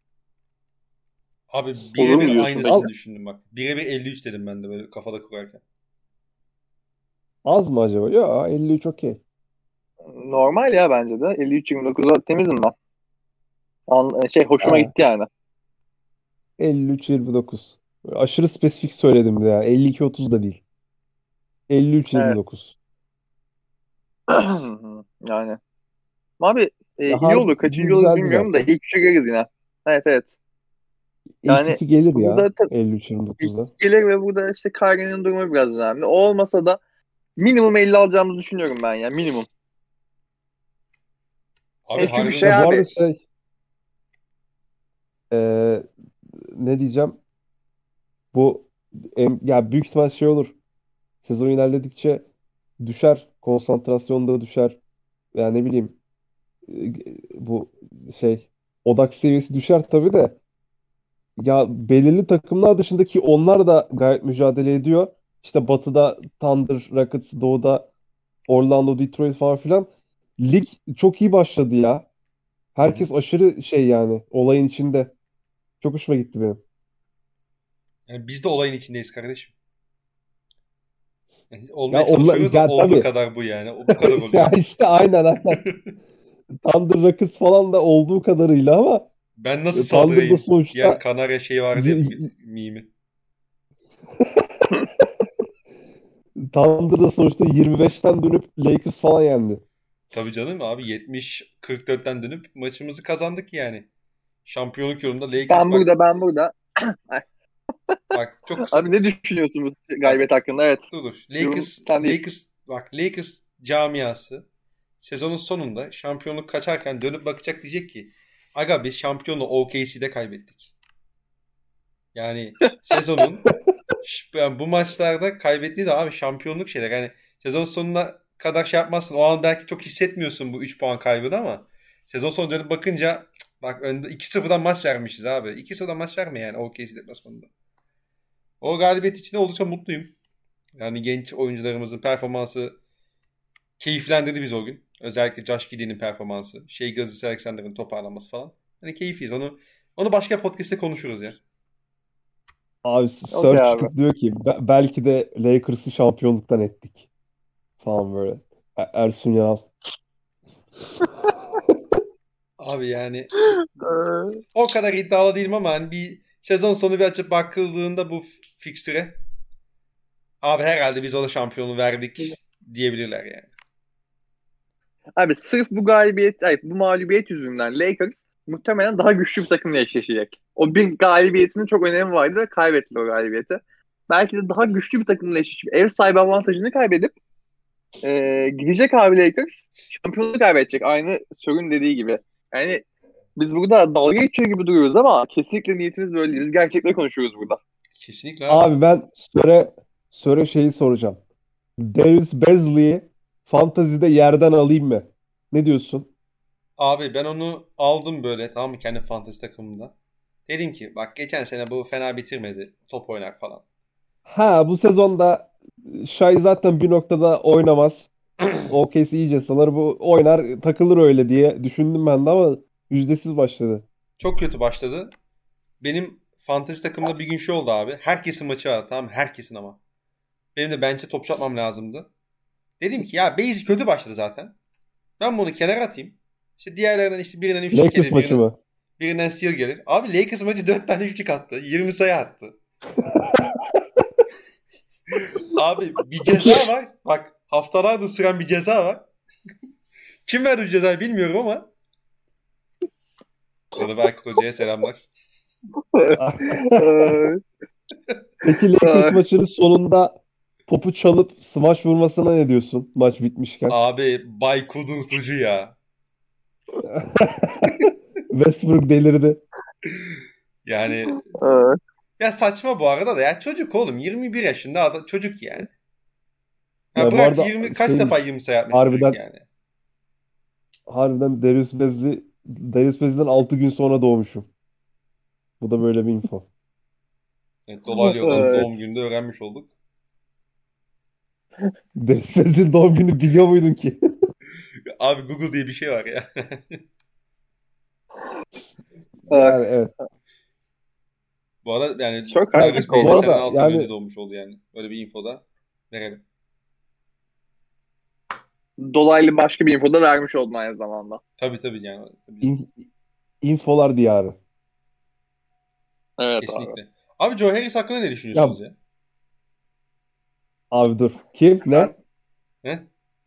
Abi Olur mu birebir diyorsun peki? aynısını düşündüm bak. Birebir elli üç dedim ben de böyle kafada kurarken. Az mı acaba? Ya elli üç okey. Normal ya bence de. elli üç yirmi dokuza temizim ben. An- şey hoşuma Ha, gitti yani. elli üç yirmi dokuz. Böyle aşırı spesifik söyledim de ya. elli iki otuz da değil. elli üç yirmi Evet. dokuz. Yani. Abi e, Ya iyi olur. Harden Kaçıncı olur düzeldi bilmiyorum da zaten. ilk üçe gireriz yine. Evet evet. İlk Yani iki gelir ya burada tabii elli üç yirmi ilk dokuzda. gelir ve burada işte Kyrie'nin durumu biraz önemli. O olmasa da minimum elli alacağımızı düşünüyorum ben ya. Minimum. Abi E çünkü Harden şey Ya bu abi arada şey e, ne diyeceğim? Bu em- ya büyük ihtimal şey olur. Sezon ilerledikçe düşer. Konsantrasyon da düşer. Yani ne bileyim e, bu şey odak seviyesi düşer tabii de. Ya belirli takımlar dışındaki onlar da gayet mücadele ediyor. İşte Batı'da Thunder, Rockets, Doğu'da Orlando, Detroit falan filan. Lig çok iyi başladı ya. Hı hı. Herkes aşırı şey yani olayın içinde. Çok hoşuma gitti benim. Yani biz de olayın içindeyiz kardeşim. Yani Ya olmaya onlar çalışıyoruz da ya olduğu tabii. kadar bu yani. O bu kadar oluyor. Ya işte aynen aynen. Thunder Rockets falan da olduğu kadarıyla ama Ben nasıl e, Thunder'da saldırayım? Diğer sonuçta Kanarya şeyi vardı ya y- bir y- mimi. Thunder'da sonuçta yirmi beşten dönüp Lakers falan yendi. Tabii canım abi yetmiş kırk dörtten dönüp maçımızı kazandık yani. Şampiyonluk yolunda Lakers ben bak burada ben burada. bak çok kısa Abi ne düşünüyorsunuz bak galibiyet hakkında? Evet. dur dur. Yorum Lakers sendeyiz. Lakers bak Lakers camiası sezonun sonunda şampiyonluk kaçarken dönüp bakacak diyecek ki aga biz şampiyonluğu O K C'de kaybettik. Yani sezonun Yani bu maçlarda kaybettiğiniz abi şampiyonluk şeyler. Yani sezon sonuna kadar şey yapmazsın. O an belki çok hissetmiyorsun bu üç puan kaybını ama sezon sonu dönüp bakınca bak önde iki sıfırdan maç vermişiz abi. iki sıfırdan maç verme yani O K C deplasmanında. O galibiyet için de oldukça mutluyum. Yani genç oyuncularımızın performansı keyiflendirdi biz o gün. Özellikle Josh Giddey'nin performansı. Shai Gilgeous-Alexander'ın toparlanması falan. Hani keyifliyiz. Onu onu başka podcast'te konuşuruz ya. Abi Okey Sir abi. çıkıp diyor ki "Be- belki de Lakers'ı şampiyonluktan ettik." Falan böyle. E- Ersun Yanal. Abi yani Ee, o kadar iddialı değilim ama hani bir sezon sonu bir açıp bakıldığında bu f- fikstüre abi herhalde biz o da şampiyonu verdik diyebilirler yani. Abi sırf bu galibiyet, ay, bu mağlubiyet yüzünden Lakers muhtemelen daha güçlü bir takımla eşleşecek. O bir galibiyetinin çok önemi vardı ve kaybettiler o galibiyeti. Belki de daha güçlü bir takımla eşleşip ev sahibi avantajını kaybedip e, gidecek abi Lakers şampiyonluğu kaybedecek. Aynı Sör'ün dediği gibi. Yani biz burada dalga geçiyor gibi duruyoruz ama kesinlikle niyetimiz böyle değil. Biz gerçekleri konuşuyoruz burada. Kesinlikle abi. Abi ben Sör'e Sör'e şeyi soracağım. Darius Bazley'i fantazide yerden alayım mı? Ne diyorsun? Abi ben onu aldım böyle tamam mı kendi fantezi takımımda. Dedim ki bak geçen sene bu fena bitirmedi. Top oynar falan. Ha, bu sezonda Shai zaten bir noktada oynamaz. O K C iyice salar, bu oynar takılır öyle diye düşündüm ben de ama yüzdesiz başladı. Çok kötü başladı. Benim fantezi takımda bir gün şu oldu abi. Herkesin maçı var tamam mı? Herkesin ama. Benim de bench'e top atmam lazımdı. Dedim ki ya Base kötü başladı zaten. Ben bunu kenara atayım. İşte diğerlerinden işte birinden üçlük Lakers gelir. maçı Birinden, mı? birinden steal gelir. Abi Lakers maçı dört tane üçlük attı. yirmi sayı attı. Abi bir ceza var. Bak haftalardır süren bir ceza var. Kim verdi bu cezayı bilmiyorum ama. Burada Berkut Hoca'ya selamlar. Ee, Peki Lakers maçının sonunda topu çalıp smaç vurmasına ne diyorsun maç bitmişken? Abi Bay Kudurtucu ya. Westbrook delirdi. Yani evet. ya saçma bu arada da ya çocuk oğlum yirmi bir yaşında adam, çocuk yani. Ya Ya bu bırak arada yirmi kaç şey defa yirmi sayı atmış bu çocuk harbiden yani. harbiden Darius Bazley Darius Bazley'den altı gün sonra doğmuşum. Bu da böyle bir info. Evet, dolaylı yoldan Evet. doğum gününde öğrenmiş olduk. Darius Bazley'in doğum günü biliyor muydun ki? Abi Google diye bir şey var ya. Evet. Yani evet. Bu arada yani Çok Darius haklısın. Bu Bey'den senden arada altı ay önce yani doğmuş oldu yani. Öyle bir info da verelim. Dolaylı başka bir info da vermiş oldun aynı zamanda. Tabii tabii yani. Tabii canım. in- infolar diyarı. Evet abi. Kesinlikle. Abi Joe Harris hakkında ne Ya düşünüyorsunuz ya? abi dur. Kim? Ben, Ne? He?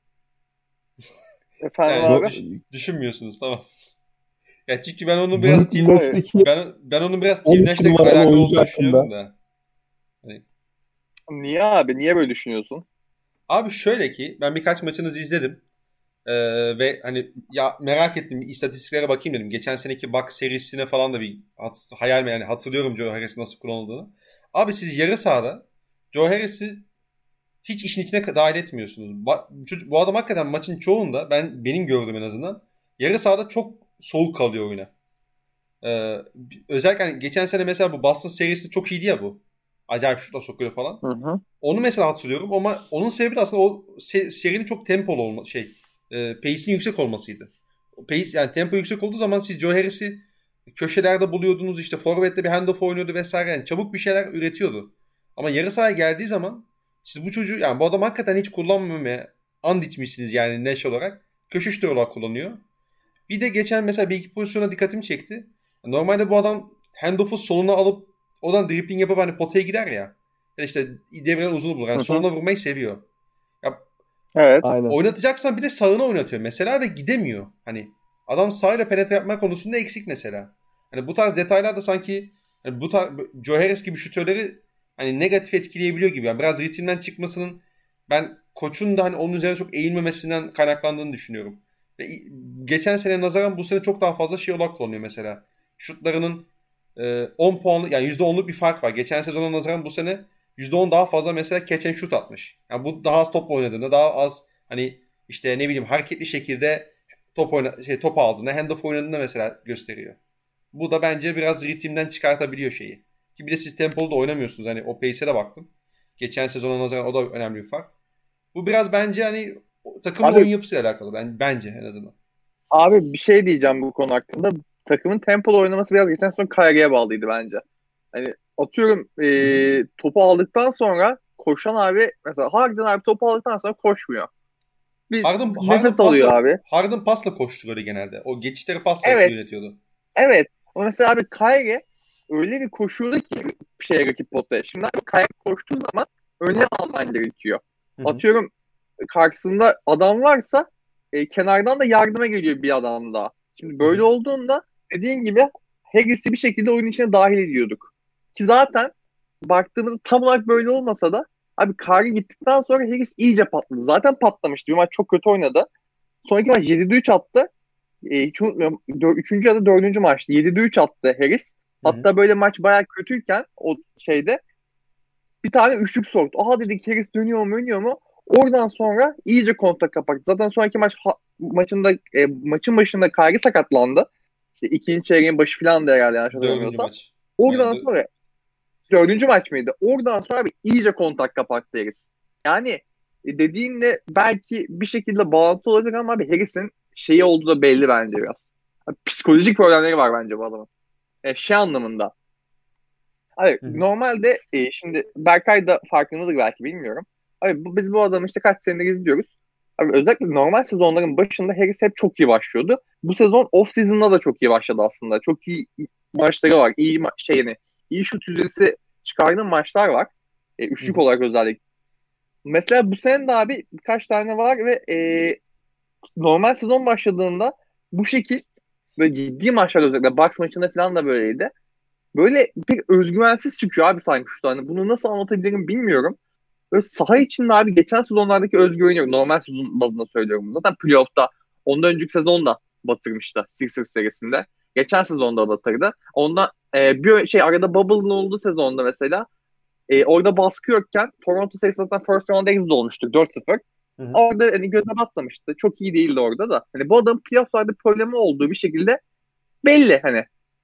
efendim Yani abi. Bu, düş- düşünmüyorsunuz tamam. Ya çünkü ben onu biraz Brooklyn Steve Hayır. Nets'teki ben ben onun biraz Steve on iki Nash'le numaralı alakalı oyuncu olduğunu düşünüyorum hakkında. da. Hani, Niye abi? Niye böyle düşünüyorsun? abi şöyle ki ben birkaç maçınızı izledim. Ee, ve hani ya merak ettim istatistiklere bakayım dedim. Geçen seneki Bucks serisine falan da bir hat, hayal mi yani hatırlıyorum Joe Harris'in nasıl kullanıldığını. Abi siz yarı sahada Joe Harris'i hiç işin içine dahil etmiyorsunuz. Ba- çocuk- Bu adam hakikaten maçın çoğunda ben benim gördüğüm en azından yarı sahada çok soğuk kalıyor oyuna. Ee, özellikle hani geçen sene mesela bu Boston serisi çok iyiydi ya bu. Acayip şutla sokuyor falan. Hı hı. Onu mesela hatırlıyorum ama onun sebebi de aslında o se- serinin çok tempolu olma şey e, pace'in yüksek olmasıydı. O pace yani tempo yüksek olduğu zaman siz Joe Harris'i köşelerde buluyordunuz işte forvetle bir handoff oynuyordu vesaire yani çabuk bir şeyler üretiyordu. Ama yarı sahaya geldiği zaman siz bu çocuğu yani bu adam hakikaten hiç kullanmamaya and içmişsiniz yani Nash olarak. Köşe şutör olarak kullanıyor. Bir de geçen mesela bir iki pozisyona dikkatimi çekti. Normalde bu adam handoff'u soluna alıp oradan dribbling yapıp hani potaya gider ya. Ya da işte devreden uzunu bulur. Yani Hı hı. soluna vurmayı seviyor. Ya Evet. Aynen. oynatacaksan bile sağına oynatıyor mesela ve gidemiyor. Hani adam sağıyla penetre yapma konusunda eksik mesela. Hani bu tarz detaylar da sanki hani bu tarz Joe Harris gibi şutörleri hani negatif etkileyebiliyor gibi. Yani biraz ritimden çıkmasının ben koçun da hani onun üzerine çok eğilmemesinden kaynaklandığını düşünüyorum. Ve geçen sene nazaran bu sene çok daha fazla şey olarak kullanıyor mesela. Şutlarının e, on puanlık yani yüzde onluk bir fark var. Geçen sezona nazaran bu sene yüzde on daha fazla mesela catch and shoot atmış. Yani bu daha az top oynadığında, daha az hani işte ne bileyim hareketli şekilde top oyna şey top aldığında, handoff oynadığında mesela gösteriyor. Bu da bence biraz ritimden çıkartabiliyor şeyi. Ki bir de siz tempolu da oynamıyorsunuz. Hani o pace'e de baktım. Geçen sezona nazaran o da önemli bir fark. Bu biraz bence hani takımın Abi, oyun yapısıyla alakalı. Ben, bence en azından. abi bir şey diyeceğim bu konu hakkında. Takımın tempolu oynaması biraz geçen sezon Kyrie'ye bağlıydı bence. Hani atıyorum e, topu aldıktan sonra koşan abi mesela Harden abi topu aldıktan sonra koşmuyor. Bir Harden, Harden nefes alıyor pasla abi. Harden pasla koşturuyordu genelde. O geçişleri pasla Evet, yönetiyordu. evet. Ama mesela abi Kyrie öyle bir koşuyordu ki şeye rakip potaya. Şimdi abi Kyrie koştuğu zaman önlem alman gerekiyor. Hı hı. Atıyorum karşısında adam varsa e, kenardan da yardıma geliyor bir adam daha. Şimdi böyle Hı hı. olduğunda dediğin gibi Harris'i bir şekilde oyun içine dahil ediyorduk. Ki zaten baktığımızda tam olarak böyle olmasa da abi Kyrie gittikten sonra Harris iyice patladı. Zaten patlamıştı. Bir maç çok kötü oynadı. Sonraki maç yedide üç attı. E, hiç unutmuyorum. Dör, üçüncü ya da dördüncü maçtı. yedide üç attı Harris. Hı hı. Hatta böyle maç bayağı kötüyken o şeyde bir tane üçlük soktu. Aha dedik Harris dönüyor mu dönüyor mu? Oradan sonra iyice kontak kapattı. Zaten sonraki maç ha, maçında e, maçın başında Kyrie sakatlandı. İşte ikinci çeyreğin başı falan da herhalde yanlış Dördüncü hatırlamıyorsam. maç. Aynen. Oradan Dö- sonra dördüncü maç mıydı? Oradan sonra bir iyice kontak kapattı Harris. Yani e, dediğinle belki bir şekilde bağlantı olabilir ama abi Harris'in şeyi olduğu da belli bence biraz. Abi, psikolojik problemleri var bence bu adamın. E, şey anlamında. Abi Hı hı. normalde e, şimdi Berkay da farkındadır belki bilmiyorum. Abi bu, biz bu adamı işte kaç senedir izliyoruz. Abi özellikle normal sezonların başında Harris hep çok iyi başlıyordu. Bu sezon off season'da da çok iyi başladı aslında. Çok iyi maçları var. İyi ma- şeyini, iyi şut yüzdesi çıkardığı maçlar var. E, Hı üçlük hı. olarak özellikle. Mesela bu sene de abi birkaç tane var ve e, normal sezon başladığında bu şekil böyle ciddi maçlar özellikle Bucks maçında falan da böyleydi. Böyle pek özgüvensiz çıkıyor abi sanki şu tane. Bunu nasıl anlatabilirim bilmiyorum. Böyle saha içinde abi geçen sezonlardaki özgüveni yok. Normal sezon bazında söylüyorum. Zaten playoff'ta ondan önceki sezonda batırmıştı Sixers serisinde. Geçen sezonda batırdı. Ondan e, bir şey arada Bubble'ın olduğu sezonda mesela e, orada baskı yokken Toronto serisi zaten first round exit olmuştuk dört sıfır. Hı hı. Orada hani göze batmamıştı. Çok iyi değildi orada da. Hani bu adamın playoff'larda problemi olduğu bir şekilde belli hani.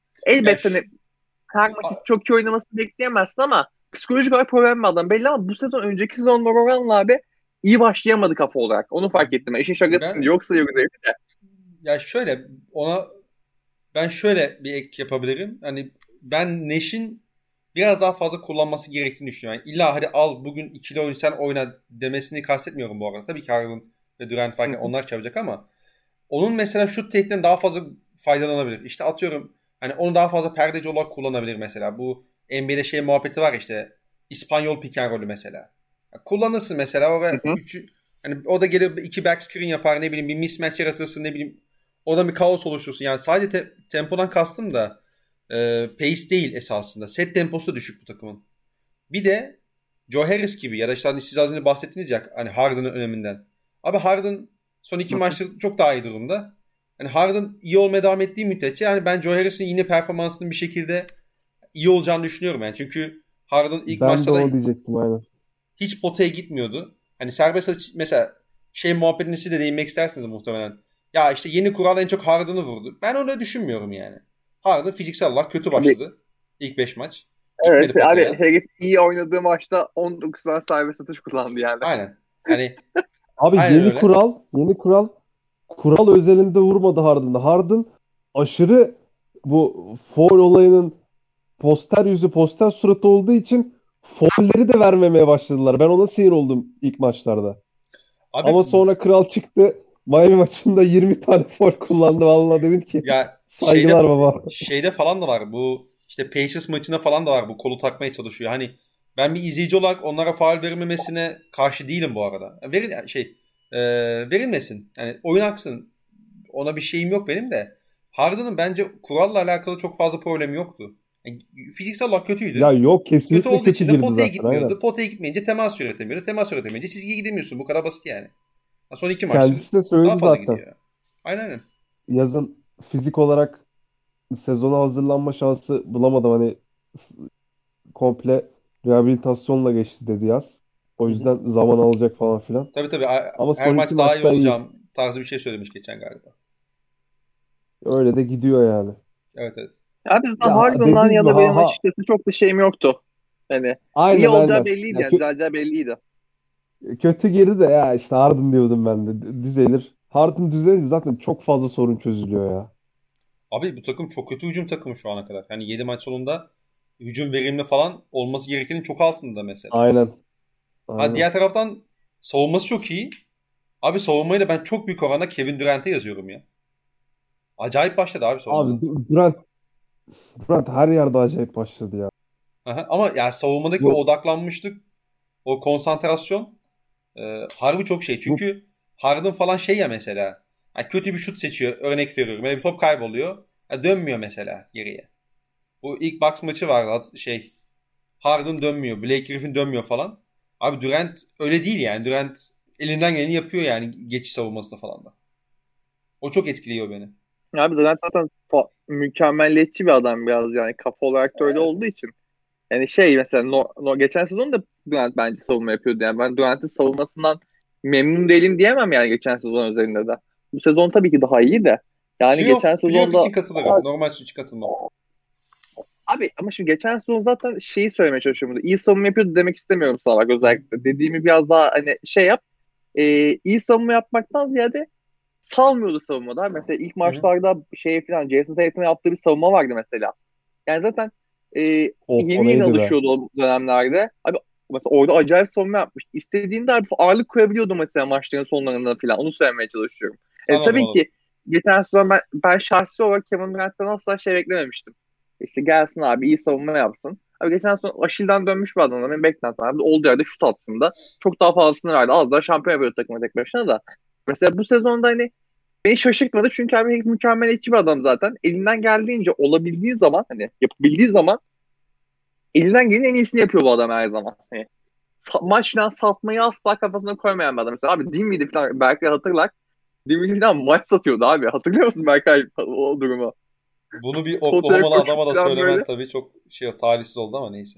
Ya Elbette hani ş- her maç a- çok iyi oynamasını bekleyemezsin ama psikolojik olarak problem bir adam belli ama bu sezon önceki sezonlar oranla abi iyi başlayamadı kafa olarak. Onu fark ettim. İşin şakası şimdi ben yoksa yok değil de. ya şöyle ona ben şöyle bir ek yapabilirim. Hani ben Nash'in biraz daha fazla kullanması gerektiğini düşünüyorum. Yani illa hadi al bugün ikili oyun sen oyna demesini kastetmiyorum bu arada. Tabii ki Harden ve Durant Hı varken hı. onlar çabucak ama onun mesela şut tehdidinden daha fazla faydalanabilir. İşte atıyorum hani onu daha fazla perdeci olarak kullanabilir mesela. Bu N B A'de şey muhabbeti var işte İspanyol pick and roll'ü mesela. Ya kullanırsın mesela o Hı ve hı. üçü hani o da gelir iki back screen yapar ne bileyim bir mismatch yaratırsın ne bileyim o da bir kaos oluştursun. Yani sadece te- tempodan kastım da e, pace değil esasında. Set temposu da düşük bu takımın. Bir de Joe Harris gibi ya da işte hani siz az önce bahsettiniz ya hani Harden'ın öneminden. Abi Harden son iki Hı hı. maçta çok daha iyi durumda. Hani Harden iyi olmaya devam ettiği müddetçe yani ben Joe Harris'in yine performansının bir şekilde iyi olacağını düşünüyorum yani. Çünkü Harden ilk Ben de maçta da onu diyecektim aynen. hiç potaya gitmiyordu. Hani serbest atış mesela şey muhabbetini siz de değinmek istersiniz muhtemelen. Ya işte yeni kural en çok Harden'ı vurdu. Ben onu da düşünmüyorum yani. Harden fiziksel olarak kötü Abi başladı. İlk beş maç. evet Gitmedi abi potaya. herif iyi oynadığı maçta on dokuz tane serbest atış kullandı yani. Aynen. Hani Abi aynen yeni öyle. kural, yeni kural kural özelinde vurmadı Harden'da. Harden aşırı bu foul olayının poster yüzü, poster suratı olduğu için foulleri de vermemeye başladılar. Ben ona sinir oldum ilk maçlarda. Abi Ama sonra kral çıktı. Miami maçında yirmi tane foul kullandı. Vallahi dedim ki ya şeyde saygılar baba. şeyde falan da var. Bu işte Pacers maçında falan da var. Bu kolu takmaya çalışıyor. Hani ben bir izleyici olarak onlara faul verilmemesine karşı değilim bu arada. Verin şey e, verilmesin. Yani oyun aksın. Ona bir şeyim yok benim de. Harden'ın bence kuralla alakalı çok fazla problemi yoktu. Yani fiziksel olarak Ya kötüydü. yok Kötü kesinlikle olduğu kötü için de girdi potaya zaten aynen. gitmiyordu. Potaya gitmeyince temas üretemiyordu. Temas üretemeyince çizgiye gidemiyorsun. Bu kadar basit yani. Son iki maçtır Kendisi de daha söyledi fazla zaten. gidiyor. Aynen aynen. Yazın fizik olarak sezona hazırlanma şansı bulamadım hani s- komple. Rehabilitasyonla geçti dedi yaz. O Hı hı. yüzden zaman alacak falan filan. Tabii tabii. A- Ama Her son iki maç daha iyi maçta iyi. olacağım tarzı bir şey söylemiş geçen galiba. Öyle de gidiyor yani. Evet evet. Ya bizden Ya ha- Harden'dan dediğim gibi yana ha, benim ha açıkçası çok da şeyim yoktu. Hani iyi aynen olacağı aynen. belliydi Ya yani. kö- Düzeleceği belliydi. kötü girdi de ya işte Harden diyordum ben de. D- Düzelir. Harden düzelince zaten çok fazla sorun çözülüyor ya. Abi bu takım çok kötü hücum takımı şu ana kadar. Yani yedi maç sonunda hücum verimli falan olması gerekenin çok altında mesela. Aynen. Ha Aynen. diğer taraftan savunması çok iyi. Abi savunmayla ben çok büyük oranda Kevin Durant'e yazıyorum ya. Acayip başladı abi Abi savunmada. Du- Durant, Durant her yerde acayip başladı ya. Aha, ama ya savunmadaki o Bu, odaklanmışlık, o konsantrasyon e, harbi çok şey. bu Çünkü Harden falan şey ya mesela. Ha, kötü bir şut seçiyor. Örnek veriyorum. Böyle bir top kayboluyor. Ha, dönmüyor mesela geriye. Bu ilk Bucks maçı vardı. Şey Harden dönmüyor. Blake Griffin dönmüyor falan. Abi Durant öyle değil yani. Durant elinden geleni yapıyor yani geçiş savunmasında falan da. O çok etkiliyor beni. Abi Durant zaten fa- mükemmelliyetçi bir adam biraz yani. Kafa olarak da öyle olduğu için. Yani şey mesela no, no, geçen sezon da Durant bence savunma yapıyordu. Yani ben Durant'in savunmasından memnun değilim diyemem yani geçen sezon üzerinde de. Bu sezon tabii ki daha iyi de. Yani geçen Playoff, playoff sezonda için katılırım. Normal maç için katılmam. abi ama şimdi geçen sezon zaten şeyi söylemeye çalışıyorum burada. İyi savunma yapıyordu demek istemiyorum sana bak Hı hı. özellikle. Dediğimi biraz daha hani şey yap. Ee, iyi savunma yapmaktan ziyade salmıyordu savunmada. Mesela ilk Hı hı. maçlarda şey falan Jason Tatum'a yaptığı bir savunma vardı mesela. Yani zaten e, of o yeni yeni neydi be? alışıyordu o dönemlerde. Abi mesela orada acayip savunma yapmış. İstediğinde abi ağırlık koyabiliyordu mesela maçların sonlarında falan. Onu söylemeye çalışıyorum. E, Anladım tabii anladım. ki geçen sezon ben, ben şahsi olarak Kevin Durant'tan asla şey beklememiştim. İşte gelsin abi iyi savunma yapsın. Abi geçen sezon Aşil'den dönmüş bir adamla benim beklentim abi. Olduğu yerde şut atsın da. Çok daha fazlasını verdi. Az daha şampiyon yapıyordu takımı tek başına da. Mesela bu sezonda hani beni şaşırtmadı çünkü abi mükemmeliyetçi bir adam zaten. Elinden geldiğince olabildiği zaman hani yapabildiği zaman elinden gelenin en iyisini yapıyor bu adam her zaman. Hani sa- maç falan satmayı asla kafasına koymayan bir adam. Mesela abi Dinwiddie falan Berkay hatırlar. Dinwiddie falan maç satıyordu abi. Hatırlıyor musun Berkay o durumu? Bunu bir Potaya Oklahoma'lı koşup adama da falan söylemen böyle. tabii çok şey talihsiz oldu ama neyse.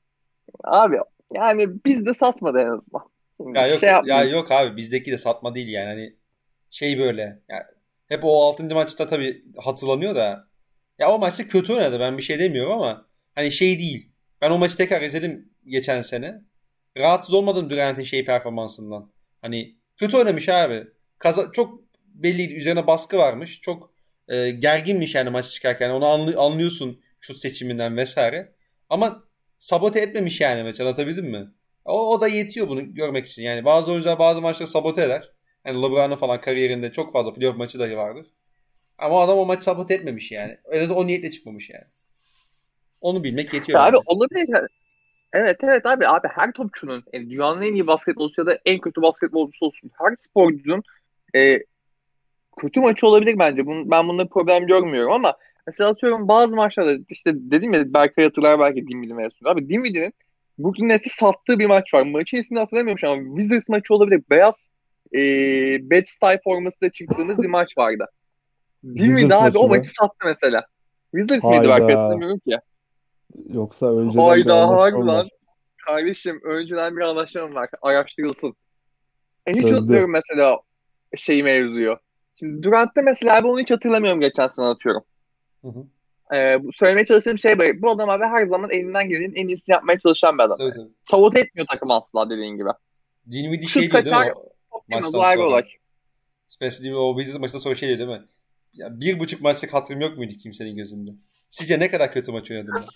Abi yani biz de satmadı en azından. Şimdi Ya yok şey ya yapmayayım. yok abi bizdeki de satma değil yani. Hani şey böyle. Yani hep o altıncı maçta tabii hatırlanıyor da. Ya o maçta kötü oynadı. Ben bir şey demiyorum ama hani şey değil. Ben o maçı tekrar izledim geçen sene. Rahatsız olmadım Durant'in şey performansından. Hani kötü oynamış abi. Kaza çok belliydi. Üzerine baskı varmış. Çok e, gerginmiş yani maç çıkarken. Onu anlı- anlıyorsun şut seçiminden vesaire. Ama sabote etmemiş yani maç. Anlatabildim mi? O, o da yetiyor bunu görmek için. Yani bazı oyuncular bazı maçları sabote eder. Yani LeBron'un falan kariyerinde çok fazla playoff maçı da vardır. Ama adam o maçı sabote etmemiş yani. En azından o niyetle çıkmamış yani. Onu bilmek yetiyor Ya abi bence. olabilir. Evet evet abi abi her topçunun yani dünyanın en iyi basketbolcusu ya da en kötü basketbolcusu olsun her sporcunun e, kötü maçı olabilir bence. Bunun, ben bunda problem görmüyorum ama mesela atıyorum bazı maçlarda işte dedim ya Berkay hatırlar belki Dinwiddie mevzusunu. Abi Dinwiddie'nin Brooklyn Nets'i sattığı bir maç var. Maçın ismini hatırlamıyorum şu an. Wizards maçı olabilir. Beyaz e, Bed-Stuy formasıyla çıktığımız bir maç vardı. Dinwiddie Wizards abi maçı o maçı mı? sattı mesela. Wizards mıydı Berkay Hayda. hatırlamıyorum ki. Yoksa önceden bir Hayda harbi anlaşmam lan. var. Kardeşim önceden bir anlaşmam var. Araştırılsın. E, hiç Sözlü. unutmuyorum mesela şeyi mevzuyu. Şimdi Durant'ta mesela abi onu hiç hatırlamıyorum geçen sene atıyorum. Hı hı. Ee, bu söylemeye çalıştığım şey böyle. Bu adam abi her zaman elinden gelenin en iyisini yapmaya çalışan bir adam. Tabii Yani. tabii. Sabote etmiyor takım asla dediğin gibi. Dinwiddie Şut şey diyor değil mi kaçar, o top yemez. maçtan O ayrı olay. sonra? Spencer Dinwiddie o Wizards maçtan sonra şey diyor değil mi? Ya bir buçuk maçlık hatırım yok muydu kimsenin gözünde? Sizce ne kadar kötü maç oynadım ben?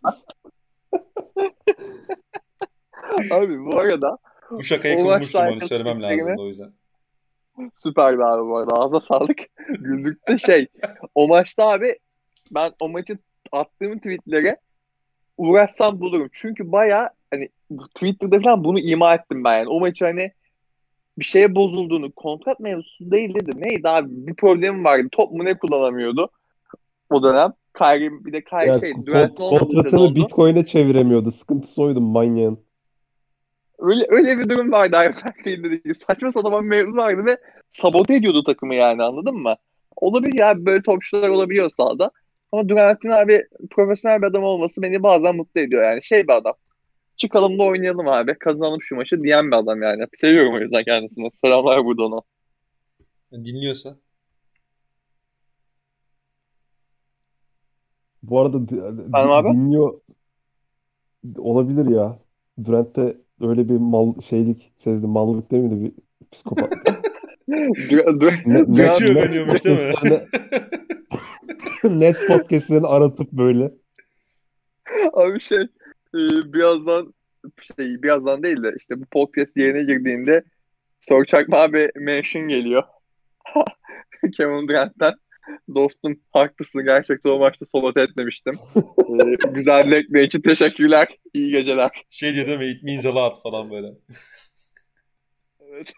Abi bu arada Bu şakayı o maçta kurmuştum onu arkası söylemem tweetlerini lazımdı o yüzden. süperdi abi bu arada. Ağzına sağlık. Güldük de şey. O maçta abi ben o maçı attığım tweetlere uğraşsam bulurum. Çünkü baya hani bu Twitter'da falan bunu ima ettim ben yani. O maçı hani bir şeye bozulduğunu, kontrat mevzusu değildi de neydi abi bir problemi vardı. Top mu ne kullanamıyordu o dönem. Kyrie bir de Kyrie Ya şey kont Durant'ın olmadığı kontratını sezondu. Bitcoin'e çeviremiyordu. Sıkıntısı oydu manyağın. Öyle öyle bir durum vardı abi Kyrie'nin dediği gibi. Saçma sapan bir mevzu vardı ve sabote ediyordu takımı yani anladın mı? Olabilir ya böyle topçular olabiliyor sahada. Ama Durant'ın abi profesyonel bir adam olması beni bazen mutlu ediyor yani. Şey bir adam. Çıkalım da oynayalım abi. Kazanalım şu maçı diyen bir adam yani. Seviyorum o yüzden kendisini. Selamlar burada ona. Yani dinliyorsa. Bu arada d- Efendim d- abi? dinliyor olabilir ya. Durant'te öyle bir mal şeylik sezdi. Mallık değil miydi? Bir psikopatlık. Dur, dur, Ne, ne, Türkçe Durant- Nets öğreniyormuş değil mi? podcastlerini Nets podcastlerini aratıp böyle. Abi şey e, birazdan şey birazdan değil de işte bu podcast yerine girdiğinde Sor Çakma abi mention geliyor. Kevin Durant'ten. Dostum haklısın. Gerçekten o maçta sabote etmemiştim. Ee, güzel lekme için teşekkürler. İyi geceler. Şey diyor değil mi? It means a lot falan böyle. Evet.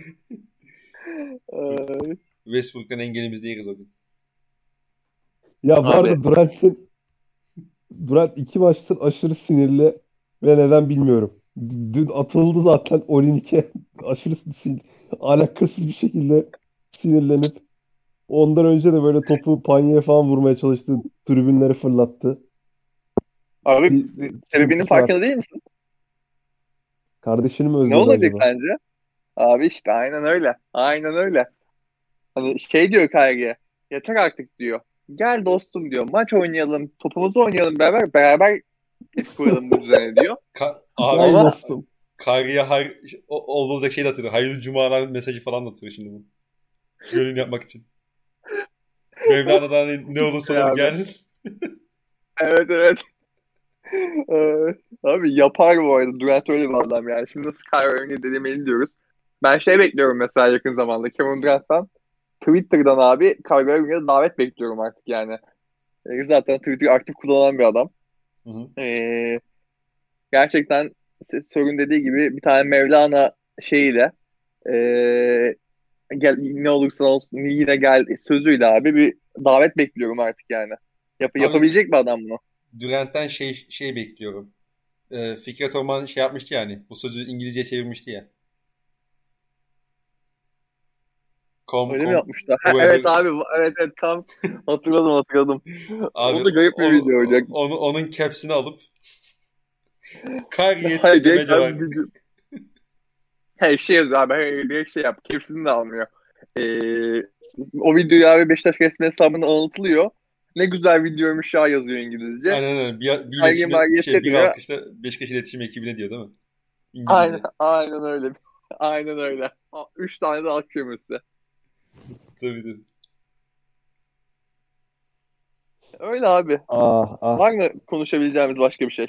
Ee, Westbrook'tan engelimiz değiliz o gün. Ya bu Abi. arada Durant'in Durant iki maçtır aşırı sinirli ve neden bilmiyorum. D- Dün atıldı zaten Olinik'e aşırı sin alakasız bir şekilde sinirlenip ondan önce de böyle topu Panya'ya falan vurmaya çalıştı. Tribünleri fırlattı. abi Bir sebebinin sıkıntısı var. farkında değil misin? Kardeşini mi Ne özledi olabilir acaba? sence? Abi işte aynen öyle. Aynen öyle. Hani şey diyor Kyrie'ye. Yeter artık diyor. Gel dostum diyor. Maç oynayalım. Topumuzu oynayalım beraber. Beraber kuralım bu düzeni diyor. Ka- Gel abi Ama dostum. Kyrie'ye har o- olacak şey de atıyor. Hayırlı cumalar mesajı falan da atıyor şimdi bu. Gönül yapmak için. Mevlana'dan hani ne olursa ya olur abi. gel. Evet evet. Ee, abi yapar bu arada. Durant öyle bir adam yani. Şimdi nasıl Kyrie Irving'i denemeli diyoruz. Ben şey bekliyorum mesela yakın zamanda. Kevin Durant'tan Twitter'dan abi Kyrie Irving'e davet bekliyorum artık yani. Ee, zaten Twitter'ı aktif kullanan bir adam. Hı hı. Ee, gerçekten Sorun dediği gibi bir tane Mevlana şeyiyle ee, gel, ne olursa olsun yine gel sözüyle abi bir davet bekliyorum artık yani. Yap Abi yapabilecek bir adam bunu. Durant'ten şey şey bekliyorum. Ee, Fikret Orman şey yapmıştı yani. Bu sözü İngilizceye çevirmişti ya. Come Öyle mi come yapmışlar? Ha, evet whoever. abi. Evet evet tam hatırladım hatırladım. Abi O da garip bir onu, video olacak. onu onun caps'ini alıp Kyrie'yi Hayır direkt etiketlemece var. abi bir- her şey yazıyor abi. Her, direkt şey yap. Hepsini de almıyor. Ee, o videoyu abi Beşiktaş resmi hesabında anlatılıyor. Ne güzel videoymuş ya yazıyor İngilizce. Aynen öyle. Bir, bir Saygı iletişime margiyet şey bir etmiyor. alkışla Beşiktaş iletişim ekibine diyor değil mi? Aynen, İngilizce. aynen öyle. Aynen öyle. A- Üç tane de akşam üstü. Tabii tabii. Öyle abi. Ah ah. Var mı konuşabileceğimiz başka bir şey?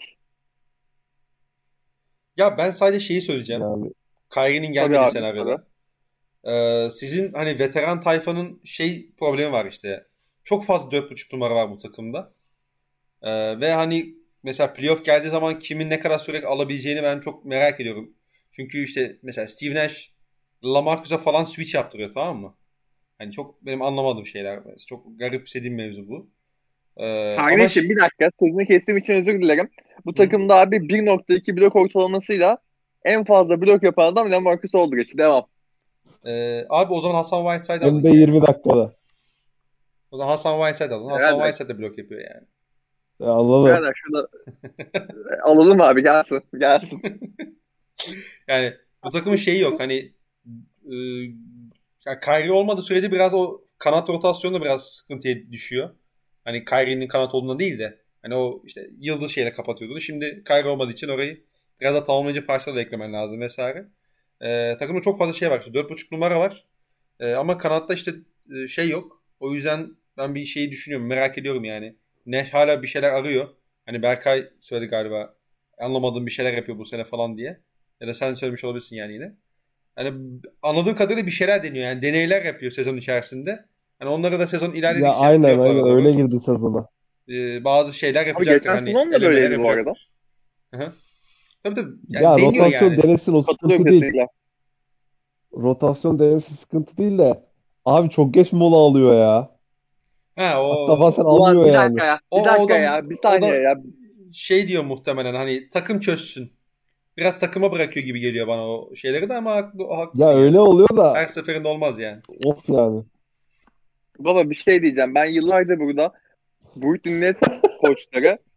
Ya ben sadece şeyi söyleyeceğim. Yani Kyrie'nin Tabii gelmediği abi. Tabii. senaryoda. Ee, sizin hani veteran tayfanın şey problemi var işte. Çok fazla dört buçuk numara var bu takımda. Ee, ve hani mesela playoff geldiği zaman kimin ne kadar süre alabileceğini ben çok merak ediyorum. Çünkü işte mesela Steve Nash LaMarcus'a falan switch yaptırıyor, tamam mı? Hani çok benim anlamadığım şeyler. Çok garipsediğim mevzu bu. Ee, ama Kardeşim ş- bir dakika sözünü kestiğim için özür dilerim. Bu Hı. takımda abi bir nokta iki blok ortalamasıyla en fazla blok yapan adam LaMarcus Aldridge. Devam. Ee, abi o zaman Hasan Whiteside alın hem de yani. yirmi dakikada. O zaman Hasan Whiteside alın. Hasan Birader, Whiteside de blok yapıyor yani. Ya anladım. birader şurada alalım abi gelsin. Gelsin. Yani bu takımın şeyi yok. Hani e, yani Kyrie olmadığı sürece biraz o kanat rotasyonu da biraz sıkıntıya düşüyor. Hani Kyrie'nin kanat olduğundan değil de hani o işte yıldız şeyle kapatıyordu. Şimdi Kyrie olmadığı için orayı biraz da tamamlayıcı parçalarla eklemen lazım vesaire. E, takımda çok fazla şey var. İşte dört buçuk numara var. E, ama kanatta işte e, şey yok. O yüzden ben bir şeyi düşünüyorum. Merak ediyorum yani. Neş hala bir şeyler arıyor. Hani Berkay söyledi galiba. Anlamadığım bir şeyler yapıyor bu sene falan diye. Ya da sen söylemiş olabilirsin yani yine. Hani anladığım kadarıyla bir şeyler deniyor. Yani deneyler yapıyor sezon içerisinde. Hani onları da sezon Ya ilerledikçe aynen playoff'lara aynen doğru öyle girdi sezona. e, bazı şeyler Abi yapacaktır. geçen Hani sezon da elemeler böyleydi bu arada. yapacaktır. Hı hı. Tabii tabii. Yani Ya deniyor rotasyon yani. denesin o Katılıyorum sıkıntı değil. kesinlikle. Rotasyon denemesi sıkıntı değil de abi çok geç mola alıyor ya. Ha Hatta bazen o Ulan almıyor bir yani. dakika ya. Bir o, o dakika da ya. Bir o saniye da ya. şey diyor muhtemelen hani takım çözsün. Biraz takıma bırakıyor gibi geliyor bana o şeyleri de ama haklı, o haklısın Ya yani. öyle oluyor Her da seferinde olmaz yani. of yani. Baba bir şey diyeceğim. Ben yıllarca burada Brooklyn Nets koçları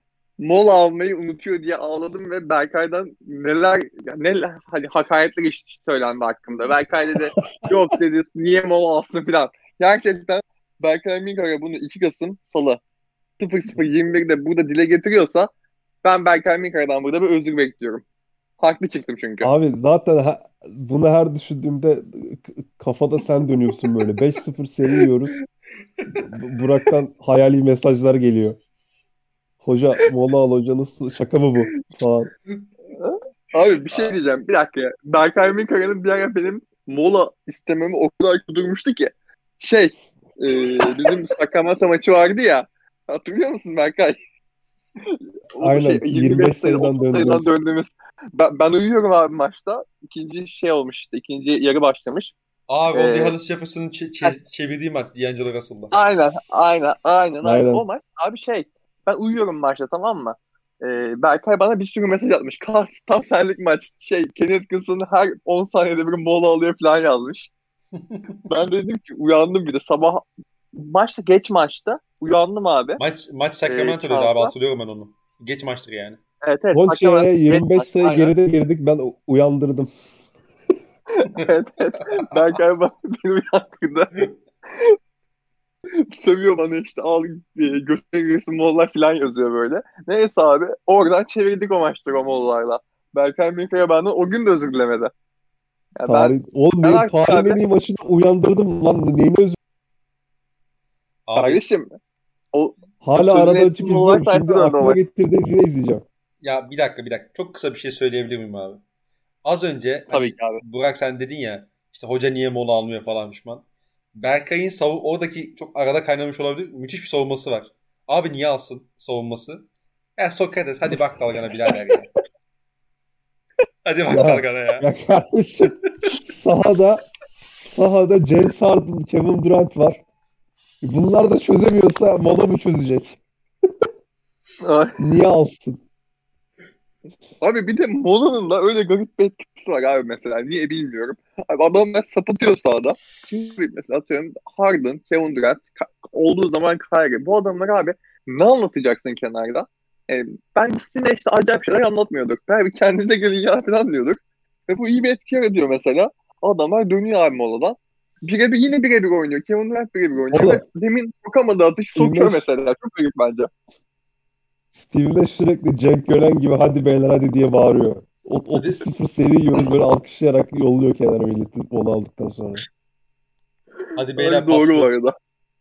mola almayı unutuyor diye ağladım ve Berkay'dan neler neler hani hakaretler iş söylendi hakkında. Berkay dedi yok dedi niye mola alsın filan. Gerçekten Berkay Minkara bunu iki Kasım Salı sıfır sıfır yirmi birde burada dile getiriyorsa ben Berkay Minkara'dan burada bir özür bekliyorum. Haklı çıktım çünkü. Abi zaten ha- bunu her düşündüğümde k- kafada sen dönüyorsun böyle. beş sıfır seri yiyoruz. B- Burak'tan hayali mesajlar geliyor. Hoca mola al, hoca nasıl şaka mı bu falan. Abi bir şey diyeceğim. Bir dakika ya. Berkay Minkara'nın bir ara benim mola istememi o kadar kudurmuştu ki. Şey e, bizim Sakamata maçı vardı ya. Hatırlıyor musun Berkay? O şey Aynen yirmi yirmi beş beş sayı sayıdan otuz sayıdan döndürüyoruz. döndüğümüz. Ben, ben uyuyorum abi maçta. İkinci şey olmuş işte. İkinci yarı başlamış. Aa Ronnie Ee, Hollis Jefferson'ın çe- çe- çevirdiği maç D'Angelo Russell'la. aynen aynen aynen aynen. O Aynen. maç abi şey ben uyuyorum maçta tamam mı? Ee, Berkay bana bir sürü mesaj atmış. Kalk tam senlik maç. Şey Kenny Atkinson her on saniyede bir mola alıyor falan yazmış. Ben de dedim ki uyandım bir de sabah maçta geç maçta uyandım abi. Maç maç Ee, Sacramento'daydı abi çarpı. hatırlıyorum ben onu. Geç maçtır yani. Evet evet. Son Sacramento çeyreğe geç yirmi beş maç. sayı Aynen. geride girdik. Ben u- uyandırdım. Evet evet. Berkay bana beni uyandırdı. Sövüyor bana işte al e, gösterirsin mollar falan yazıyor böyle. Neyse abi oradan çevirdik o maçları o mollarla. Berkay Minkaya benden o gün de özür dilemedi. Ya ben Tarih, oğlum ben benim artık tarihin en abi iyi maçını uyandırdım lan. Neyini özür. Abi kardeşim o Hala sözünü arada ettiğim açıp mollar izliyorum. sayesinde Şimdi döndü o aklıma maç. getirdi yine izleyeceğim. ya bir dakika bir dakika. Çok kısa bir şey söyleyebilir miyim abi? Az önce Tabii hani ki abi. Burak sen dedin ya işte hoca niye mola almıyor falan pişman. Berkay'ın savu oradaki çok arada kaynamış olabilir. Müthiş bir savunması var. Abi niye alsın savunması? Ya Sokrates hadi bak dalgana birader ya. Hadi bak Ya, dalgana ya. ya kardeşim sahada sahada James Harden, Kevin Durant var. Bunlar da çözemiyorsa mola mı çözecek? Niye alsın? Abi bir de Mola'nın da öyle garip bir etkisi var abi mesela. Niye bilmiyorum. Abi adamlar sapıtıyor sahada. Şimdi mesela atıyorum Harden, Kevin Durant ka- olduğu zaman Kyrie. Bu adamlar abi ne anlatacaksın kenarda? E, ben Steve işte acayip şeyler anlatmıyorduk. Belki kendinize gelin ya falan diyorduk. Ve bu iyi bir etki yaratıyor mesela. Adamlar dönüyor abi moladan. Birebir yine birebir oynuyor. Kevin Durant birebir oynuyor. Oğlum Ve demin sokamadığı atışı Steve sokuyor Nash, mesela. Çok garip bence. Steve Nash sürekli Cenk Gölen gibi hadi beyler hadi diye bağırıyor. O- Hadi otuz sıfır seri yiyoruz böyle alkışlayarak yolluyor kenara milleti mola aldıktan sonra. hadi beyler Abi doğru bu paslı. arada.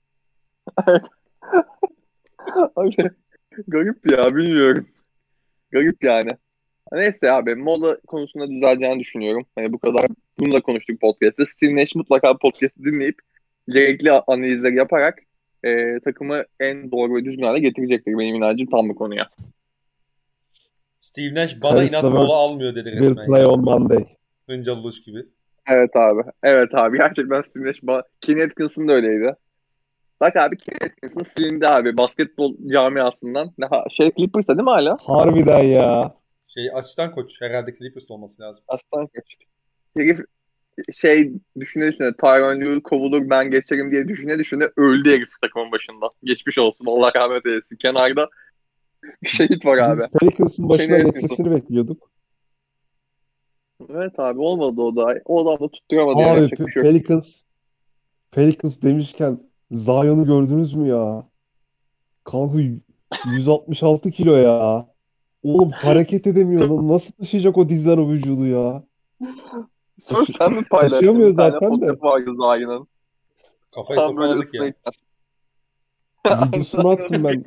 Abi, garip ya bilmiyorum. Garip yani. Neyse abi mola konusunda düzeleceğini düşünüyorum. Hani bu kadar bunu da konuştuk podcast'te. Steve Nash mutlaka podcast'ı dinleyip gerekli analizleri yaparak e, takımı en doğru ve düzgün hale getirecektir. Benim inancım tam bu konuya. Steve Nash bana Caris inat LeVert mola almıyor dedi will resmen play ya. on Monday. Hıncal Uluç gibi. Evet abi. Evet abi. Gerçekten Steve Nash ba- Kenny Atkinson da öyleydi. Bak abi Kenny Atkinson silindi abi. Basketbol camiasından. Ne ha- Şey Clippers'ta değil mi hala? Harbiden ya. Şey asistan koç herhalde Clippers olması lazım. Aslan koç. Herif şey düşüne düşüne Tyronn Lue kovulur ben geçerim diye düşüne düşüne öldü herif takımın başında. Geçmiş olsun. Allah rahmet eylesin. Kenarda bir şehit var abi. Biz Pelicans'ın başına Kenny Atkinson. geçmesini bekliyorduk. Evet abi olmadı o da. O adam da tutturamadı yani Abi yapacak Pe- bir şey yok. Pelicans Pelicans demişken Zion'u gördünüz mü ya? Kanka yüz altmış altı kilo ya. Oğlum hareket edemiyor. Sor, lan. Nasıl taşıyacak o dizler o vücudu ya? sor Taşı sen mi paylaştın? taşıyamıyor Bir tane zaten de. fotoğrafı vardı Zion'ın. Kafayı Tam böyle toparladık ya. ısınırken. Videosunu attım ben.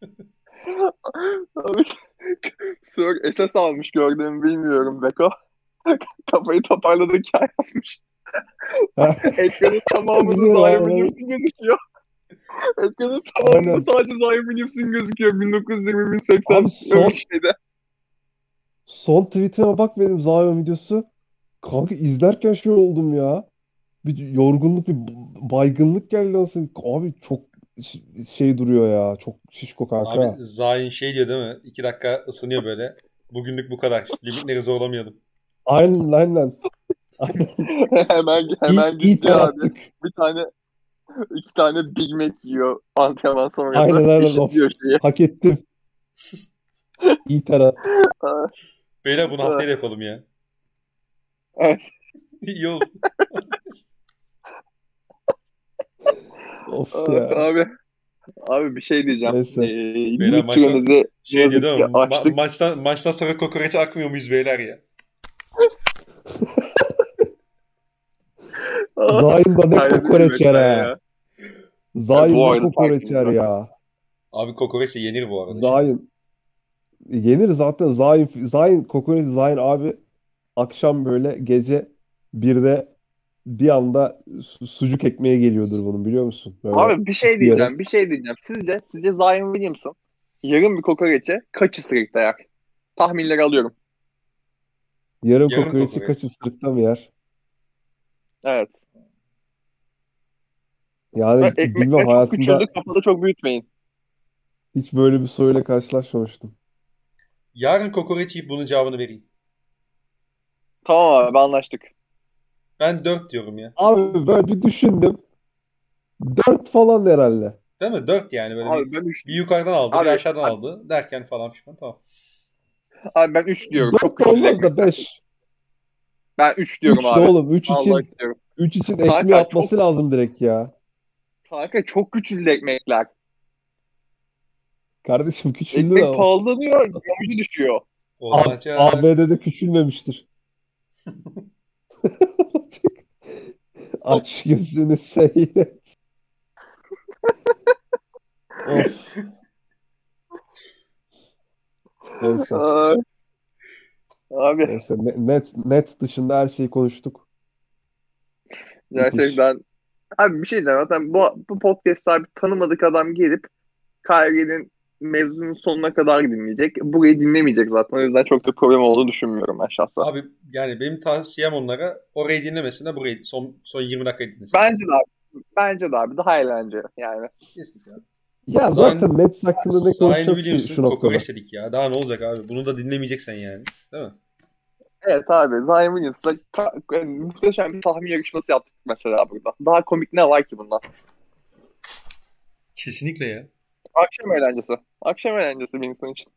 Abi, Sör S S almış gördüğümü bilmiyorum Beko. Kafayı toparladıkken yazmış. Ha, Ekranın tamamında biliyorum Zion aynen. Williamson gözüküyor. Ekranın tamamında Aynen. sadece Zion Williamson gözüküyor. bin dokuz yüz yirmi bin seksen Abi son öyle bir şeyde. son tweetime bak benim Zion videosu. Kanka izlerken şey oldum ya. Bir yorgunluk, bir baygınlık geldi aslında. Abi çok ş- şey duruyor ya. Çok şişko Abi kanka. Zayn şey diyor değil mi? İki dakika ısınıyor böyle. Bugünlük bu kadar. Limitleri zorlamayalım. Aynen aynen. Aynen. hemen İyi, hemen iyi gidiyor abi. tarattık. Bir tane iki tane Big Mac yiyor antrenman sonrası. Aynen aynen of. Eşitliyor şeyi. Hak ettim. İyi taraf. Beyler bunu haftaya da yapalım ya. Evet. İyi oldu. Of Abi, ya. abi, abi bir şey diyeceğim. Neyse. Ee, Beyler limit maçta süremizi şey yazık diyor ki değil mi? Ma- açtık. maçtan, maçtan sonra kokoreç akmıyor muyuz beyler ya? Zayn da ne Terledim kokoreç yer resmen ha. ya. Evet, Zayn bu ne arada kokoreç yer tertemiz. ya. Abi kokoreç de yenir bu arada şimdi. Zayn. Yenir zaten. Zayn, Zayn kokoreç Zayn abi. Akşam böyle gece birde bir anda su- sucuk ekmeğe geliyordur bunun, biliyor musun? Böyle Abi bir şey bir yere. diyeceğim, bir şey diyeceğim. Sizce, sizce Zion Williamson yarım bir kokoreçe kaç ısırık dayak? Tahminleri alıyorum. Yarım Yarım kokoreçi kokoreç. kaç ısırıkta mı yer? Evet. Ve Yani bilmem, ekmekleri çok küçüldü, hayatımda kafada çok büyütmeyin. hiç böyle bir soruyla karşılaşmamıştım. Yarın kokoreç yiyip bunun cevabını vereyim. Tamam abi, anlaştık. Ben dört diyorum ya. Abi böyle bir düşündüm. Dört falan herhalde. Değil mi? Dört yani böyle bir Abi ben üç bir yukarıdan aldı, bir abi, aşağıdan aldı derken falan pişman. Tamam. abi ben üç diyorum. Çok Dört de küçüldü olmaz da ekmekler. beş. Ben üç diyorum Üç de abi. oğlum. Üç Vallahi için üç diyorum. üç için ekmeği Kanka çok atması lazım direkt ya. kanka çok küçüldü ekmekler. Kardeşim küçüldü de Ekmek o. pahalanıyor, gramajı düşüyor. A- Olacak. ABD'de küçülmemiştir. Aç gözünü seyret. Of. Neyse. Aa, abi Neyse. Ne- Net, net dışında her şeyi konuştuk. Müthiş. gerçekten abi bir şey diyeceğim. Zaten bu, bu podcast'ta bir tanımadık adam gelip Kyrie'nin mevzunun sonuna kadar dinleyecek. Burayı dinlemeyecek zaten. O yüzden çok da problem olduğunu düşünmüyorum ben şahsen. Abi yani benim tavsiyem onlara orayı dinlemesine burayı son son yirmi dakikayı dinlesin. Bence de abi. Bence de abi. Daha eğlenceli yani. Kesinlikle abi. Ya Zayn, zaten Nets hakkında ne Zion konuşacağız ki Williamson şu noktada? kokoreç dedik ya. Daha ne olacak abi? Bunu da dinlemeyeceksen yani. Değil mi? Evet abi. Zion Williams'la ka- yani muhteşem bir tahmin yarışması yaptık mesela burada. Daha komik ne var ki bundan? Kesinlikle ya. Akşam eğlencesi. Akşam eğlencesi bir insan için.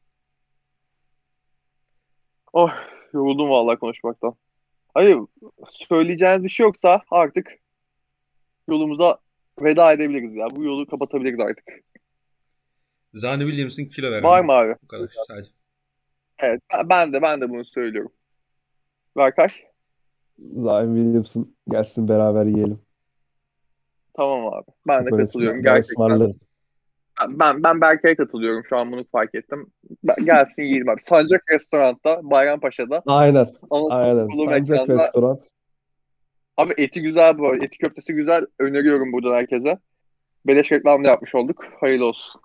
Oh, yoruldum vallahi konuşmaktan. Hayır, söyleyeceğiniz bir şey yoksa artık yolumuza veda edebiliriz ya. Bu yolu kapatabiliriz artık. Zion Williamson kilo veren Var bir. mı abi? Bu kadar sadece. Evet, ben ben de ben de bunu söylüyorum. Berkay, Zion Williamson gelsin, beraber yiyelim. tamam abi. Ben de Kokoreç katılıyorum ben, ben gerçekten. ısmarlarım. Ben ben Berkay'a katılıyorum. Şu an bunu fark ettim. Ben- gelsin yiyelim abi. Sancak Restorant'ta, Bayrampaşa'da, Aynen. Anadolu Aynen. Kulu Sancak mekanda. Restoran. Abi eti güzel bu arada. Eti köftesi güzel. Öneriyorum buradan herkese. Beleş reklam da yapmış olduk. Hayırlı olsun.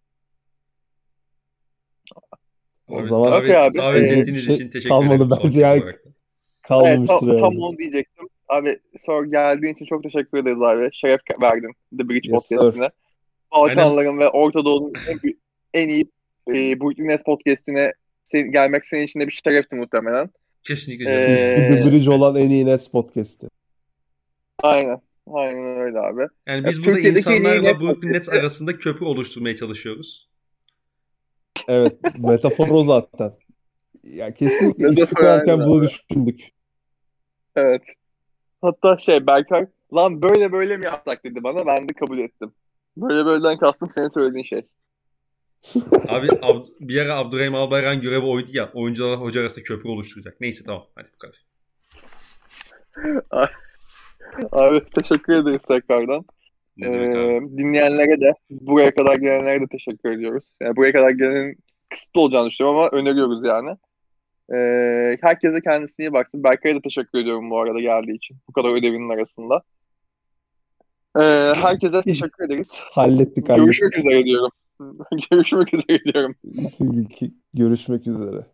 O Abi zaman Okey davet abi. davet Ee, diyecek bir ettiğiniz şey için teşekkür ederim kalmadı son bence söz ya. olarak da. Evet, tam, Kalmamıştır tam herhalde. onu diyecektim. Abi sonra geldiğin için çok teşekkür ederiz abi. Şeref verdin The Bridge Yes sir. Podcast'ine. Aynen. Balkanların ve Orta Doğu'nun en, büyük- en iyi e, Brooklyn Nets Podcast'ine sen- gelmek senin için de bir şerefti muhtemelen. Kesinlikle canım. Biz, İsmi The Ee, biz, Bridge olan en iyi Nets podcast'i. aynen. Aynen öyle abi. yani Ya, biz burada Türkiye'deki en iyi insanlarla Nets Brooklyn Nets Podcast'i. arasında köprü oluşturmaya çalışıyoruz. Evet. Metafor o zaten. Ya kesinlikle Ne de ismi koyarken bunu abi. düşündük. Evet. Hatta şey Berkay lan böyle böyle mi yapsak dedi bana. Ben de kabul ettim. Böyle böyleden kastım senin söylediğin şey. Abi Ab- bir ara Abdurrahim Albayrak'ın görevi oydu ya. Oyuncularla hoca arasında köprü oluşturacak. Neyse tamam. Hadi bu kadar. Abi teşekkür ederiz tekrardan. Ne demek abi? Ee, dinleyenlere de buraya kadar gelenlere de teşekkür ediyoruz. Yani buraya kadar gelenin kısıtlı olacağını düşünüyorum ama öneriyoruz yani. Ee, herkese kendisine iyi baksın. Berkay'a da teşekkür ediyorum bu arada geldiği için. Bu kadar ödevinin arasında. Ee, herkese teşekkür ederiz. Hallettik Görüşmek hallettik. üzere diyorum. Görüşmek üzere diyorum. Görüşmek üzere.